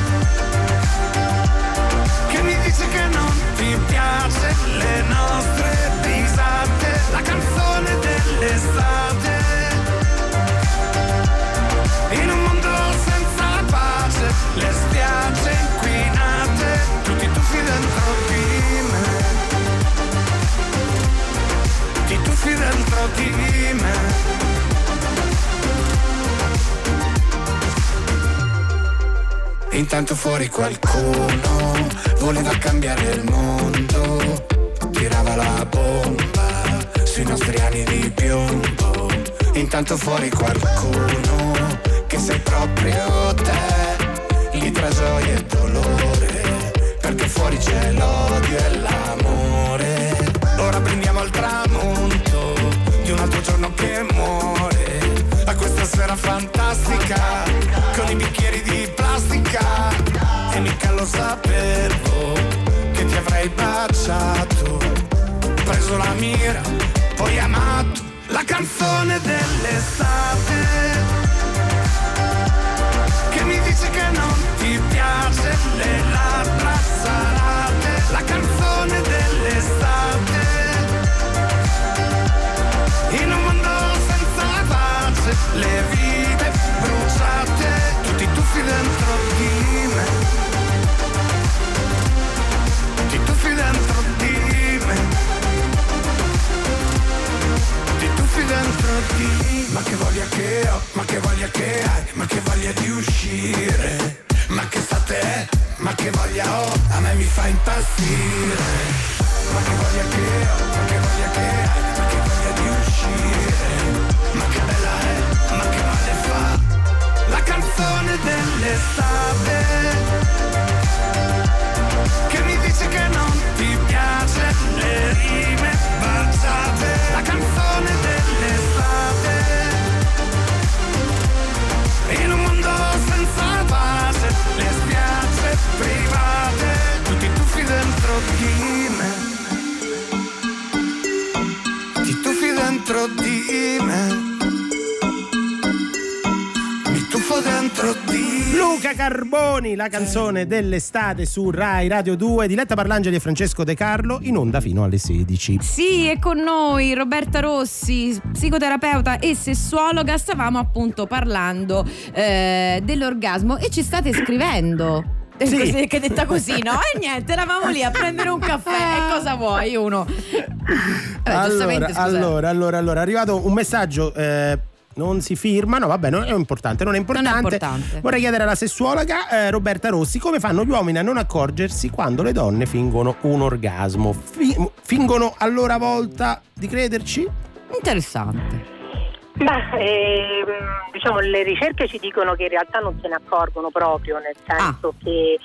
S17: che mi dice che non ti piace le nostre risate. La canzone dell'estate in un mondo senza pace, le spiagge inquinate, tutti tuffi dentro di me, ti tuffi dentro di me. Intanto fuori qualcuno voleva cambiare il mondo, tirava la bomba sui nostri anni di piombo. Intanto fuori qualcuno che sei proprio te, gli tra gioia e dolore, perché fuori c'è l'odio e l'amore. Ora prendiamo al tramonto di un altro giorno che muore, a questa sera fantastica con i bicchieri di plastica. E mica lo sapevo che ti avrei baciato, preso la mira, poi amato. La canzone dell'estate che mi dice che non ti piace le labbra salate. La canzone dell'estate in un mondo senza pace, le vite bruciate, tutti tuffi dentro di me, tutti tuffi dentro di me, tutti tuffi dentro di me. Ma che voglia che ho, ma che voglia che hai, ma che voglia di uscire, ma che state è, ma che voglia ho, a me mi fa impazzire. Ma che voglia che ho, ma che voglia che hai, ma che voglia di uscire, ma che bella è, ma che male fa. La canzone dell'estate che mi dice che non ti piace le rime baciate. La canzone dell'estate in un mondo senza pace, le spiagge private, tutti tuffi dentro di me, ti tuffi dentro di me, mi tuffo dentro di me.
S3: Luca Carboni, la canzone dell'estate su Rai Radio 2, Diletta Parlangeli e Francesco De Carlo, in onda fino alle 16.
S2: Sì, e con noi Roberta Rossi, psicoterapeuta e sessuologa. Stavamo appunto parlando dell'orgasmo e ci state scrivendo.
S3: Sì.
S2: Che detta così, no? E niente, eravamo lì a prendere un caffè e cosa vuoi uno?
S3: Allora, è arrivato un messaggio. Non si firma, no vabbè, non è importante. Vorrei chiedere alla sessuologa Roberta Rossi come fanno gli uomini a non accorgersi quando le donne fingono un orgasmo. Fingono a loro volta di crederci?
S2: Interessante.
S16: Diciamo le ricerche ci dicono che in realtà non se ne accorgono proprio, nel senso che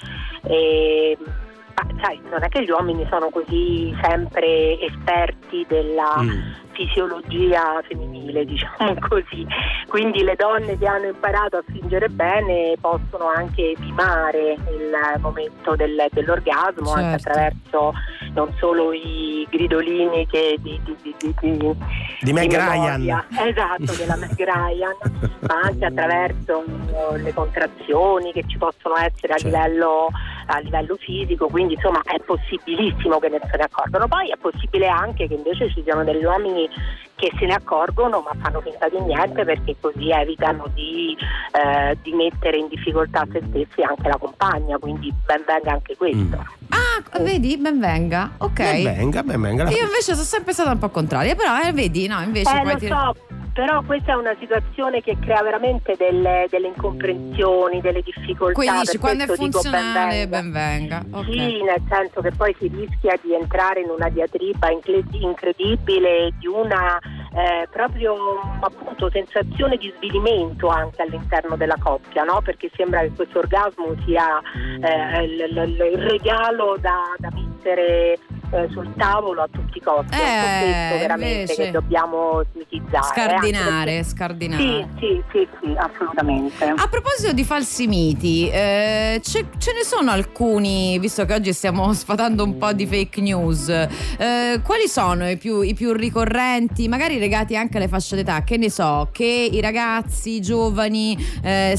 S16: sai, non è che gli uomini sono così sempre esperti della fisiologia femminile, diciamo così, quindi le donne che hanno imparato a fingere bene possono anche mimare il momento dell'orgasmo, certo, anche attraverso non solo i gridolini che
S3: di Meg Ryan,
S16: esatto, della Meg Ryan, ma anche attraverso le contrazioni che ci possono essere a livello fisico, quindi insomma è possibilissimo che ne se ne accorgano. Poi è possibile anche che invece ci siano degli uomini che se ne accorgono ma fanno finta di niente, perché così evitano di mettere in difficoltà se stessi e anche la compagna, quindi ben venga anche questo.
S2: Vedi, ben venga, ok. Ben venga. Io invece sono sempre stata un po' contraria, però vedi, no, invece poi
S16: però questa è una situazione che crea veramente delle incomprensioni, delle difficoltà.
S2: Quindi quando è funzionale ben venga.
S16: Okay. Sì, nel senso che poi si rischia di entrare in una diatriba incredibile, di una proprio appunto sensazione di svilimento anche all'interno della coppia, no? Perché sembra che questo orgasmo sia il regalo da mettere sul tavolo a tutti i costi. È un concetto veramente invece che dobbiamo smitizzare,
S2: scardinare.
S16: Sì, assolutamente.
S2: A proposito di falsi miti, ce ne sono alcuni, visto che oggi stiamo sfatando un po' di fake news, quali sono i più ricorrenti, magari legati anche alle fasce d'età? Che ne so, che i ragazzi giovani che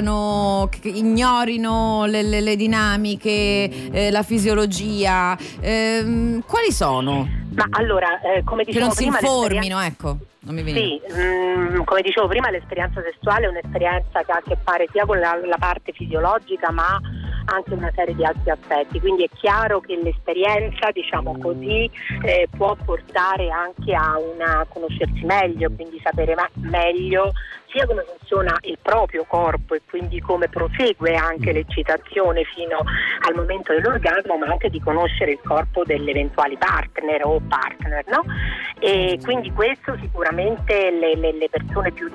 S2: ignorino le dinamiche, la fisiologia, quali sono?
S16: Ma allora, come dicevo
S2: prima, che non si informino, ecco.
S16: Non mi viene. Sì, come dicevo prima, l'esperienza sessuale è un'esperienza che ha a che fare sia con la parte fisiologica, ma anche una serie di altri aspetti, quindi è chiaro che l'esperienza, diciamo così, può portare anche a una conoscersi meglio, quindi sapere meglio sia come funziona il proprio corpo e quindi come prosegue anche l'eccitazione fino al momento dell'orgasmo, ma anche di conoscere il corpo degli eventuali partner o partner, no? E quindi questo sicuramente le persone più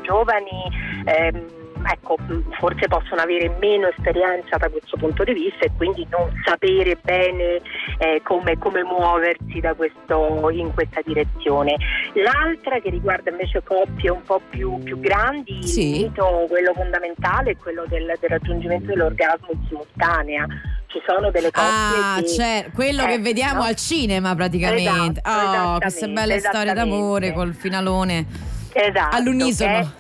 S16: giovani ecco, forse possono avere meno esperienza da questo punto di vista e quindi non sapere bene come muoversi in questa direzione. L'altra, che riguarda invece coppie un po' più grandi, il mito, quello fondamentale, è quello del raggiungimento dell'orgasmo in simultanea. Ci sono delle coppie
S2: quello che vediamo al cinema praticamente. Queste belle storie d'amore col finalone all'unisono.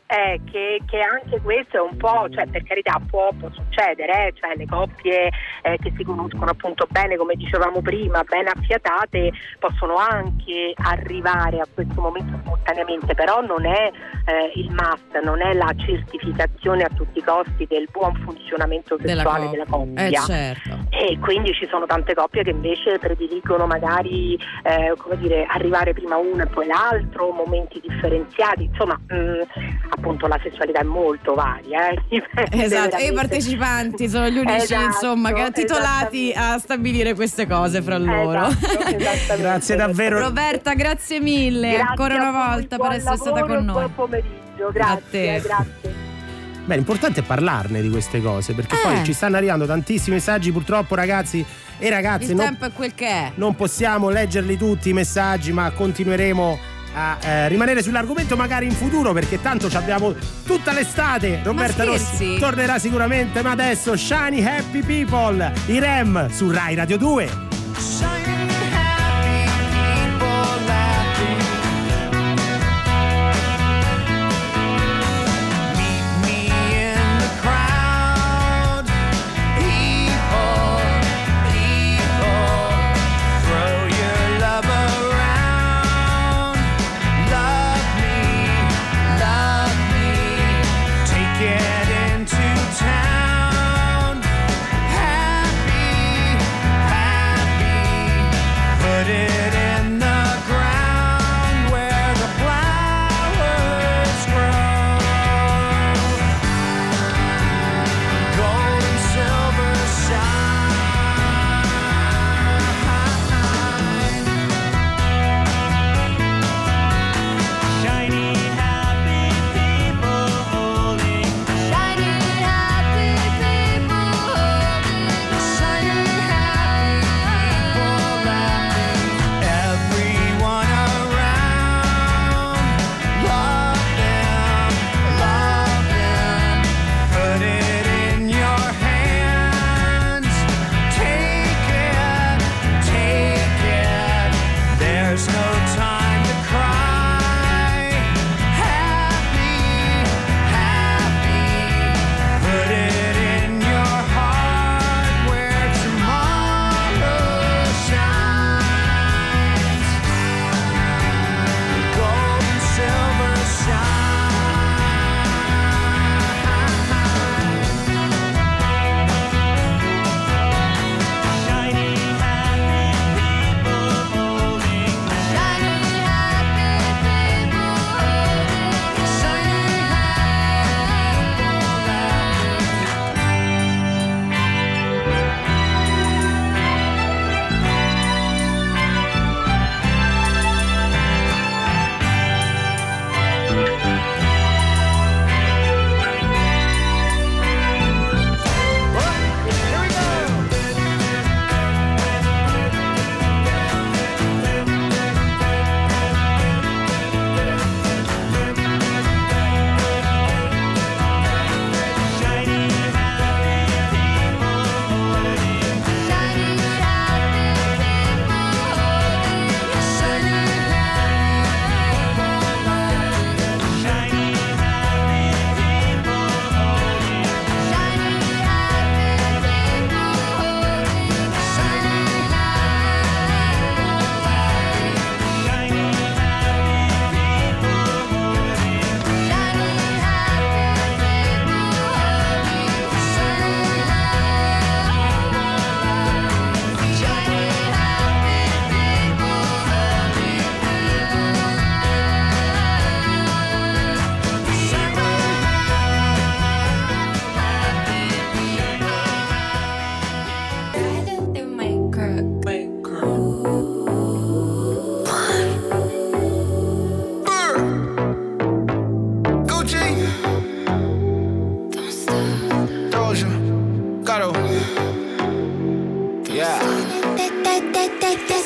S16: Che anche questo è un po', cioè, per carità può succedere, cioè le coppie che si conoscono appunto bene, come dicevamo prima, ben affiatate, possono anche arrivare a questo momento simultaneamente, però non è il must, non è la certificazione a tutti i costi del buon funzionamento sessuale della coppia.
S2: Certo.
S16: E quindi ci sono tante coppie che invece prediligono magari arrivare prima uno e poi l'altro, momenti differenziati, insomma appunto la sessualità è molto varia.
S2: Esatto, e i partecipanti sono gli unici titolati a stabilire queste cose fra loro.
S3: Grazie davvero
S2: Roberta, grazie mille, grazie ancora una volta per essere stata con noi.
S16: Buon pomeriggio, grazie.
S3: Beh, l'importante è parlarne di queste cose, perché poi ci stanno arrivando tantissimi messaggi, purtroppo ragazzi e ragazze,
S2: il tempo è quel che è.
S3: Non possiamo leggerli tutti i messaggi, ma continueremo a rimanere sull'argomento magari in futuro, perché tanto abbiamo tutta l'estate. Roberta Rossi tornerà sicuramente, ma adesso Shiny Happy People, i Rem su Rai Radio 2.
S13: Happy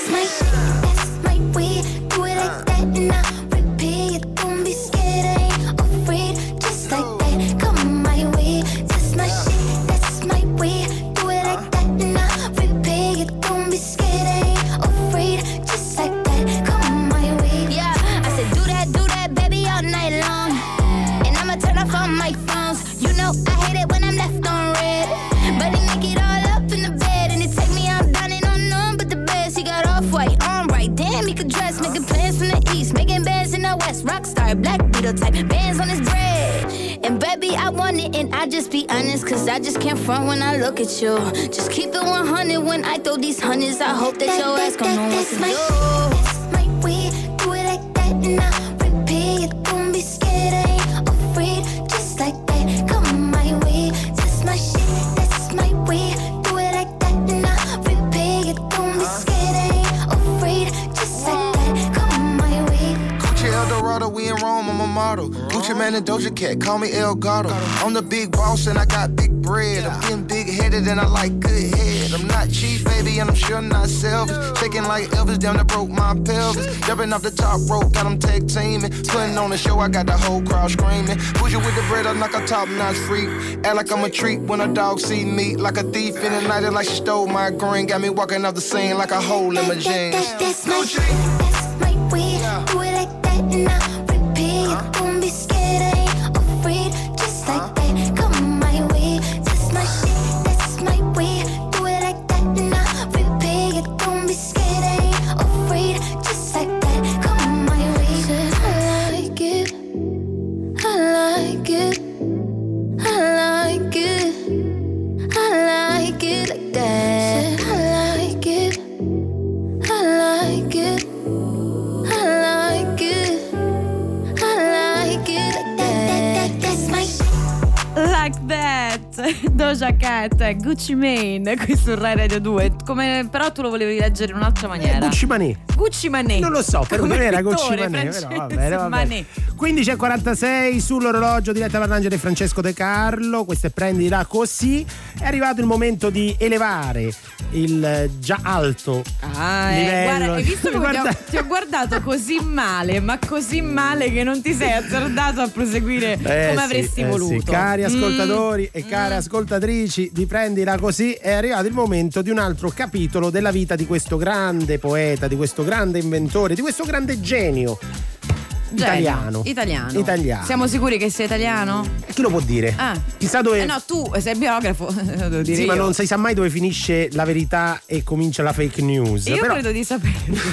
S9: That's my shit, that's my way. Do it like that and I repeat. Don't be scared, I ain't afraid. Just like that, come my way. That's my shit, that's my way. Do it like that and I repeat. Don't be scared, I ain't afraid. Just like that, come my way. Yeah, I said do that, baby, all night long. And I'ma turn off all my phones. You know I hate it when I'm left on red. But he make it all up in the bed. And it take me out down and on none but the best. He got off-white, on right. Damn, he could dress. Making plans from the east, making bands in the west. Rockstar, Black Beetle type, bands on his bread. And baby, I want it and I just be honest. Cause I just can't front when I look at you. Just keep it 100 when I throw these hundreds. I hope that your ass gon' know what to do. That's my way, do it like that and I repeat. Don't be scared, I ain't afraid. Just like that, come my way. That's my shit, that's my way. Do it like that and I repeat. Don't be scared, I ain't afraid. Just like that, come my way.
S18: Gucci Eldorado, we in Rome, I'm a model. Gucci Man and Doja Cat, call me El Gato. I'm the big boss and I got big bread. I'm getting big-headed and I like good head. I'm not cheap, baby, and I'm sure not selfish. Shaking like Elvis, damn, that broke my pelvis. Jumping off the top rope, got them tag teaming. Putting on the show, I got the whole crowd screaming. Bougie with the bread, I'm like a top-notch freak. Act like I'm a treat when a dog see me. Like a thief in the night, like she stole my green. Got me walking off the scene like a hole in my jeans.
S9: That's my shit, that's my way. Do it like that and I repeat. Don't be scared, I ain't afraid. Just like that, come my way. That's my shit, that's my way. Do it like that and I repeat. Don't be scared, I ain't afraid. Just like that, come my way. I like it, I like it, I like it, I like it like that. I like it, I like it, I like it, I like it like that. That's my
S2: Like That, Doja Cat, Gucci Mane, qui su Rai Radio 2. Come, però tu lo volevi leggere in un'altra maniera.
S3: Gucci Mané.
S2: Gucci Mané.
S3: Non lo so, per me era Gucci
S2: Mané.
S3: Però va bene. 15:46 sull'orologio, diretta dall'Angelo di Francesco De Carlo. Questo è Prendila Così. È arrivato il momento di elevare il già alto livello.
S2: Guarda, hai visto come ti ho guardato così male, ma così male che non ti sei azzardato a proseguire come avresti voluto.
S3: Sì. Cari ascoltatori e care ascoltatrici di Prendila Così, è arrivato il momento di un altro capitolo della vita di questo grande poeta, di questo grande inventore, di questo grande genio. Italiano.
S2: Siamo sicuri che sia italiano?
S3: Chi lo può dire? Chissà dove.
S2: No, tu sei biografo. Devo dire
S3: sì,
S2: io.
S3: ma non si sa mai dove finisce la verità e comincia la fake news.
S2: Io credo di sapere.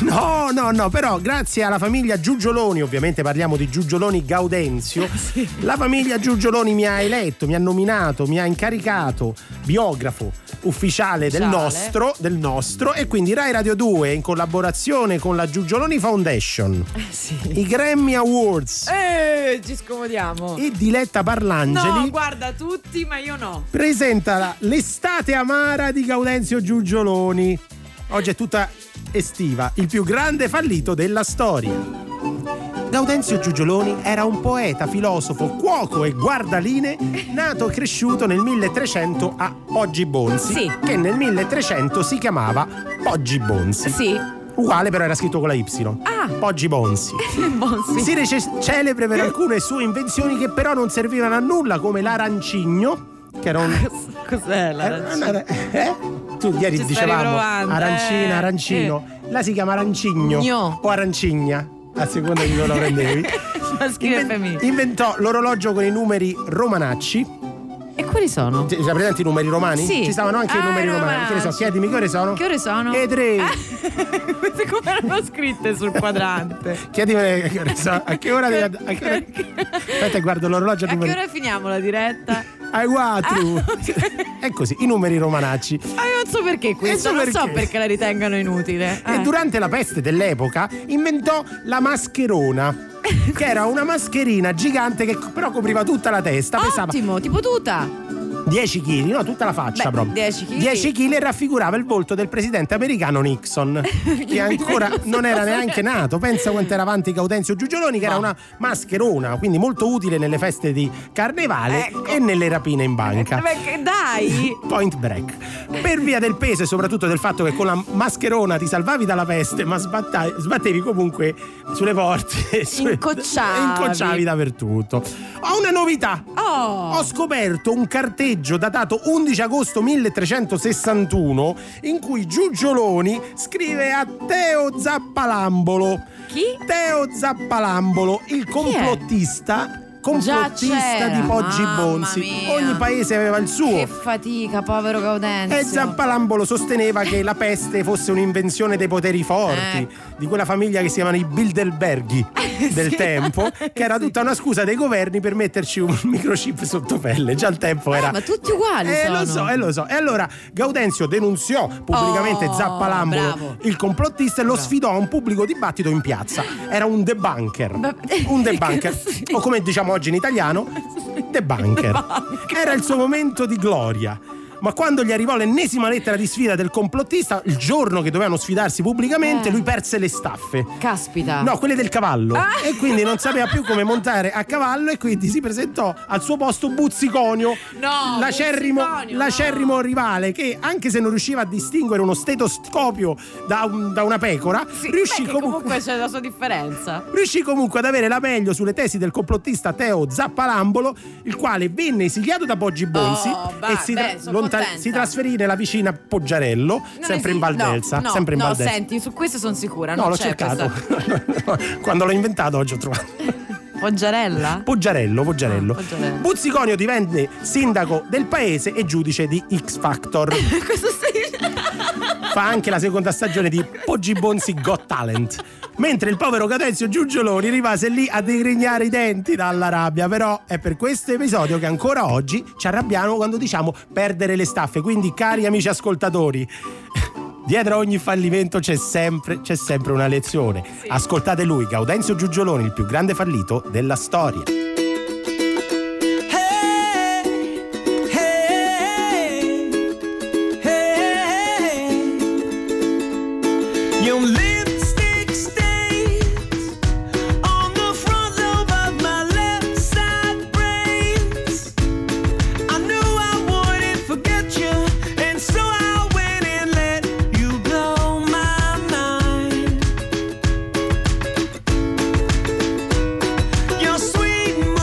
S3: No, però grazie alla famiglia Giugioloni, ovviamente parliamo di Giugioloni Gaudenzio.
S2: Sì.
S3: La famiglia Giugioloni mi ha eletto, mi ha nominato, mi ha incaricato biografo ufficiale del nostro, e quindi Rai Radio 2 in collaborazione con la Giugioloni Foundation, i Grammy Awards,
S2: ci scomodiamo,
S3: e Diletta Parlangeli.
S2: No, guarda, tutti, ma io no.
S3: Presenta l'estate amara di Gaudenzio Giugioloni. Oggi è tutta estiva, il più grande fallito della storia. Gaudenzio Giugioloni era un poeta, filosofo, cuoco e guardaline, nato e cresciuto nel 1300 a Poggi Bonzi, che nel 1300 si chiamava Poggi Bonzi. Uguale, però era scritto con la Y. Poggi Bonzi. Si rese celebre per alcune sue invenzioni che però non servivano a nulla, come l'arancigno, che era un...
S2: Cos'è l'arancigno?
S3: Tu ieri dicevamo arancino. La si chiama arancigno o arancigna, a seconda di dove lo prendevi. Inventò l'orologio con i numeri romanacci.
S2: E quali sono?
S3: Già presenti i numeri romani?
S2: Sì.
S3: Ci stavano anche i numeri romani. Che ne so, chiedimi che ore sono?
S2: Che ore sono?
S3: E 3.
S2: Queste come erano scritte sul quadrante?
S3: Chiedimi che ore sono. A che ora devi Aspetta, guardo l'orologio.
S2: A che ora finiamo la diretta?
S3: Ai 4. È così, i numeri romanacci.
S2: Io non so perché questo, non so perché la ritengano inutile.
S3: E durante la peste dell'epoca inventò la mascherona, che era una mascherina gigante che però copriva tutta la testa.
S2: Ottimo, tipo tuta.
S3: 10 kg, no, tutta la faccia proprio. 10 kg e raffigurava il volto del presidente americano Nixon, che ancora non era neanche nato. Pensa quanto era avanti Gaudenzio Giugioloni, che era una mascherona, quindi molto utile nelle feste di carnevale e nelle rapine in banca.
S2: Dai!
S3: Point break. per via del peso e soprattutto del fatto che con la mascherona ti salvavi dalla peste, ma sbattevi comunque sulle porte e incocciavi dappertutto. Ho una novità. Ho scoperto un carteggio datato 11 agosto 1361 in cui Giugioloni scrive a Teo Zappalambolo.
S2: Chi?
S3: Teo Zappalambolo, il complottista di Poggi Bonzi. Ogni paese aveva il suo.
S2: Che fatica, povero Gaudenzio.
S3: E Zappalambolo sosteneva che la peste fosse un'invenzione dei poteri forti, di quella famiglia che si chiamano i Bilderberghi del tempo, che era tutta una scusa dei governi per metterci un microchip sotto pelle. Già al tempo era.
S2: Ma tutti uguali sono.
S3: Lo so. E allora Gaudenzio denunziò pubblicamente Zappalambolo, il complottista, e lo sfidò a un pubblico dibattito in piazza. Era un debunker. O come diciamo oggi in italiano, debunker. Era il suo momento di gloria. Ma quando gli arrivò l'ennesima lettera di sfida del complottista, il giorno che dovevano sfidarsi pubblicamente, lui perse le staffe.
S2: Caspita.
S3: No, quelle del cavallo. E quindi non sapeva più come montare a cavallo e quindi si presentò al suo posto Buzziconio, l'acerrimo rivale, che anche se non riusciva a distinguere uno stetoscopio da una pecora, riuscì
S2: comunque c'è la sua differenza.
S3: Riuscì comunque ad avere la meglio sulle tesi del complottista Teo Zappalambolo, il quale venne esiliato da Poggi Bonzi si trasferì nella vicina Poggiarello, sempre in Val d'Elsa.
S2: No, senti, su questo sono sicura.
S3: No, l'ho cercato. Quando l'ho inventato oggi ho trovato. Poggiarello. Buzziconio divenne sindaco del paese e giudice di X Factor.
S2: Cosa stai dicendo?
S3: Fa anche la seconda stagione di Poggi Bonzi Got Talent. Mentre il povero Gaudenzio Giugioloni rimase lì a digrignare i denti dalla rabbia. Però è per questo episodio che ancora oggi ci arrabbiamo quando diciamo perdere le staffe. Quindi, cari amici ascoltatori, dietro a ogni fallimento c'è sempre una lezione. Sì. Ascoltate lui, Gaudenzio Giugioloni, il più grande fallito della storia.
S13: Sweet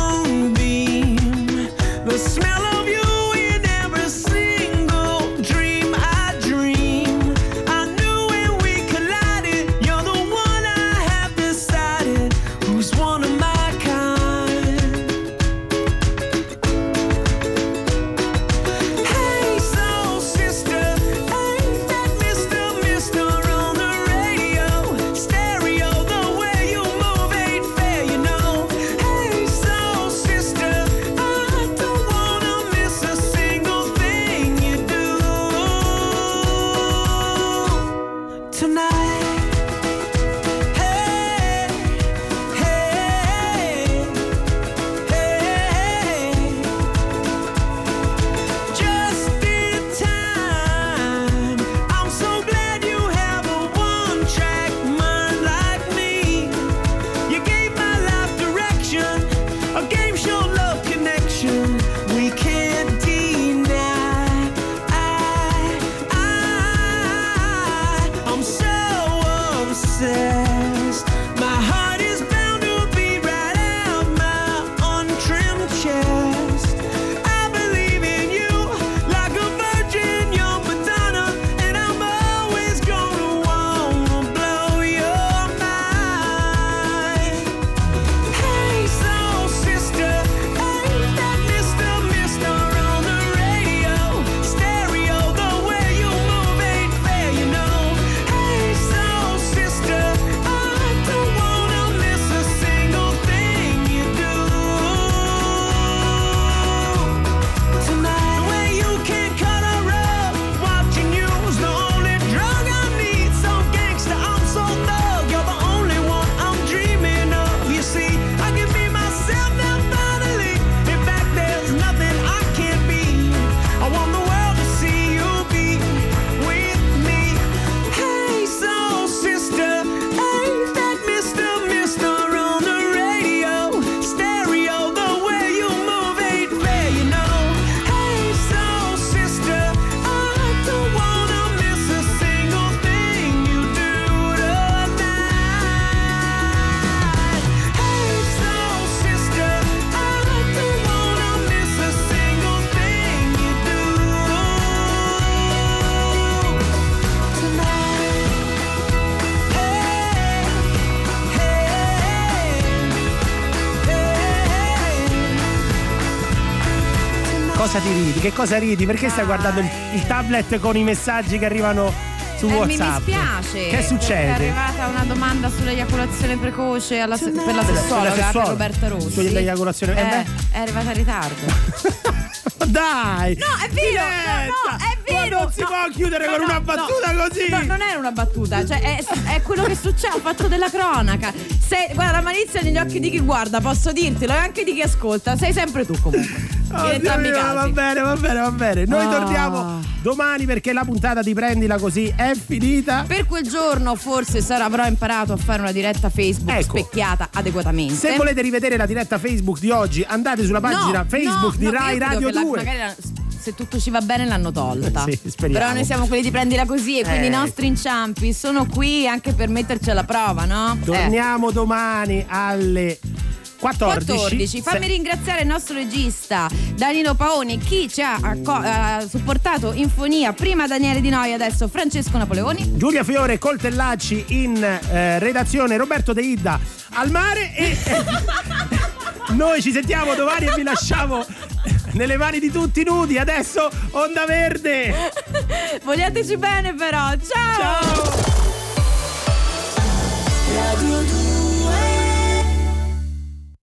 S3: Cosa ti ridi? Che cosa ridi? Perché stai guardando il tablet con i messaggi che arrivano su WhatsApp?
S2: Mi dispiace.
S3: Che succede?
S2: È arrivata una domanda sull'eiaculazione precoce per la sessuologa, per Roberta Rossi.
S3: Sull'eiaculazione
S2: è arrivata in ritardo.
S3: Dai!
S2: No, è vero! No, è vero!
S3: Ma non si può chiudere con una battuta così!
S2: No, non era una battuta, cioè è quello che succede, ha fatto della cronaca. Guarda, la malizia negli occhi di chi guarda, posso dirtelo, e anche di chi ascolta, sei sempre tu comunque. In entrambi i casi.
S3: Va bene. Noi torniamo domani perché la puntata di Prendila Così è finita.
S2: Per quel giorno forse avrò imparato a fare una diretta Facebook specchiata adeguatamente.
S3: Se volete rivedere la diretta Facebook di oggi, andate sulla pagina Facebook di Rai Radio 2.
S2: Magari se tutto ci va bene l'hanno tolta.
S3: Sì, speriamo.
S2: Però noi siamo quelli di Prendila Così e quindi i nostri inciampi sono qui anche per metterci alla prova, no?
S3: Torniamo domani alle 14.
S2: Fammi ringraziare il nostro regista Danilo Paoni, chi ci ha supportato in fonia, prima Daniele Di Noi, adesso Francesco Napoleoni,
S3: Giulia Fiore Coltellacci in redazione, Roberto De Idda al mare e noi ci sentiamo domani e vi lasciamo nelle mani di tutti nudi. Adesso Onda Verde.
S2: Vogliateci bene però. Ciao.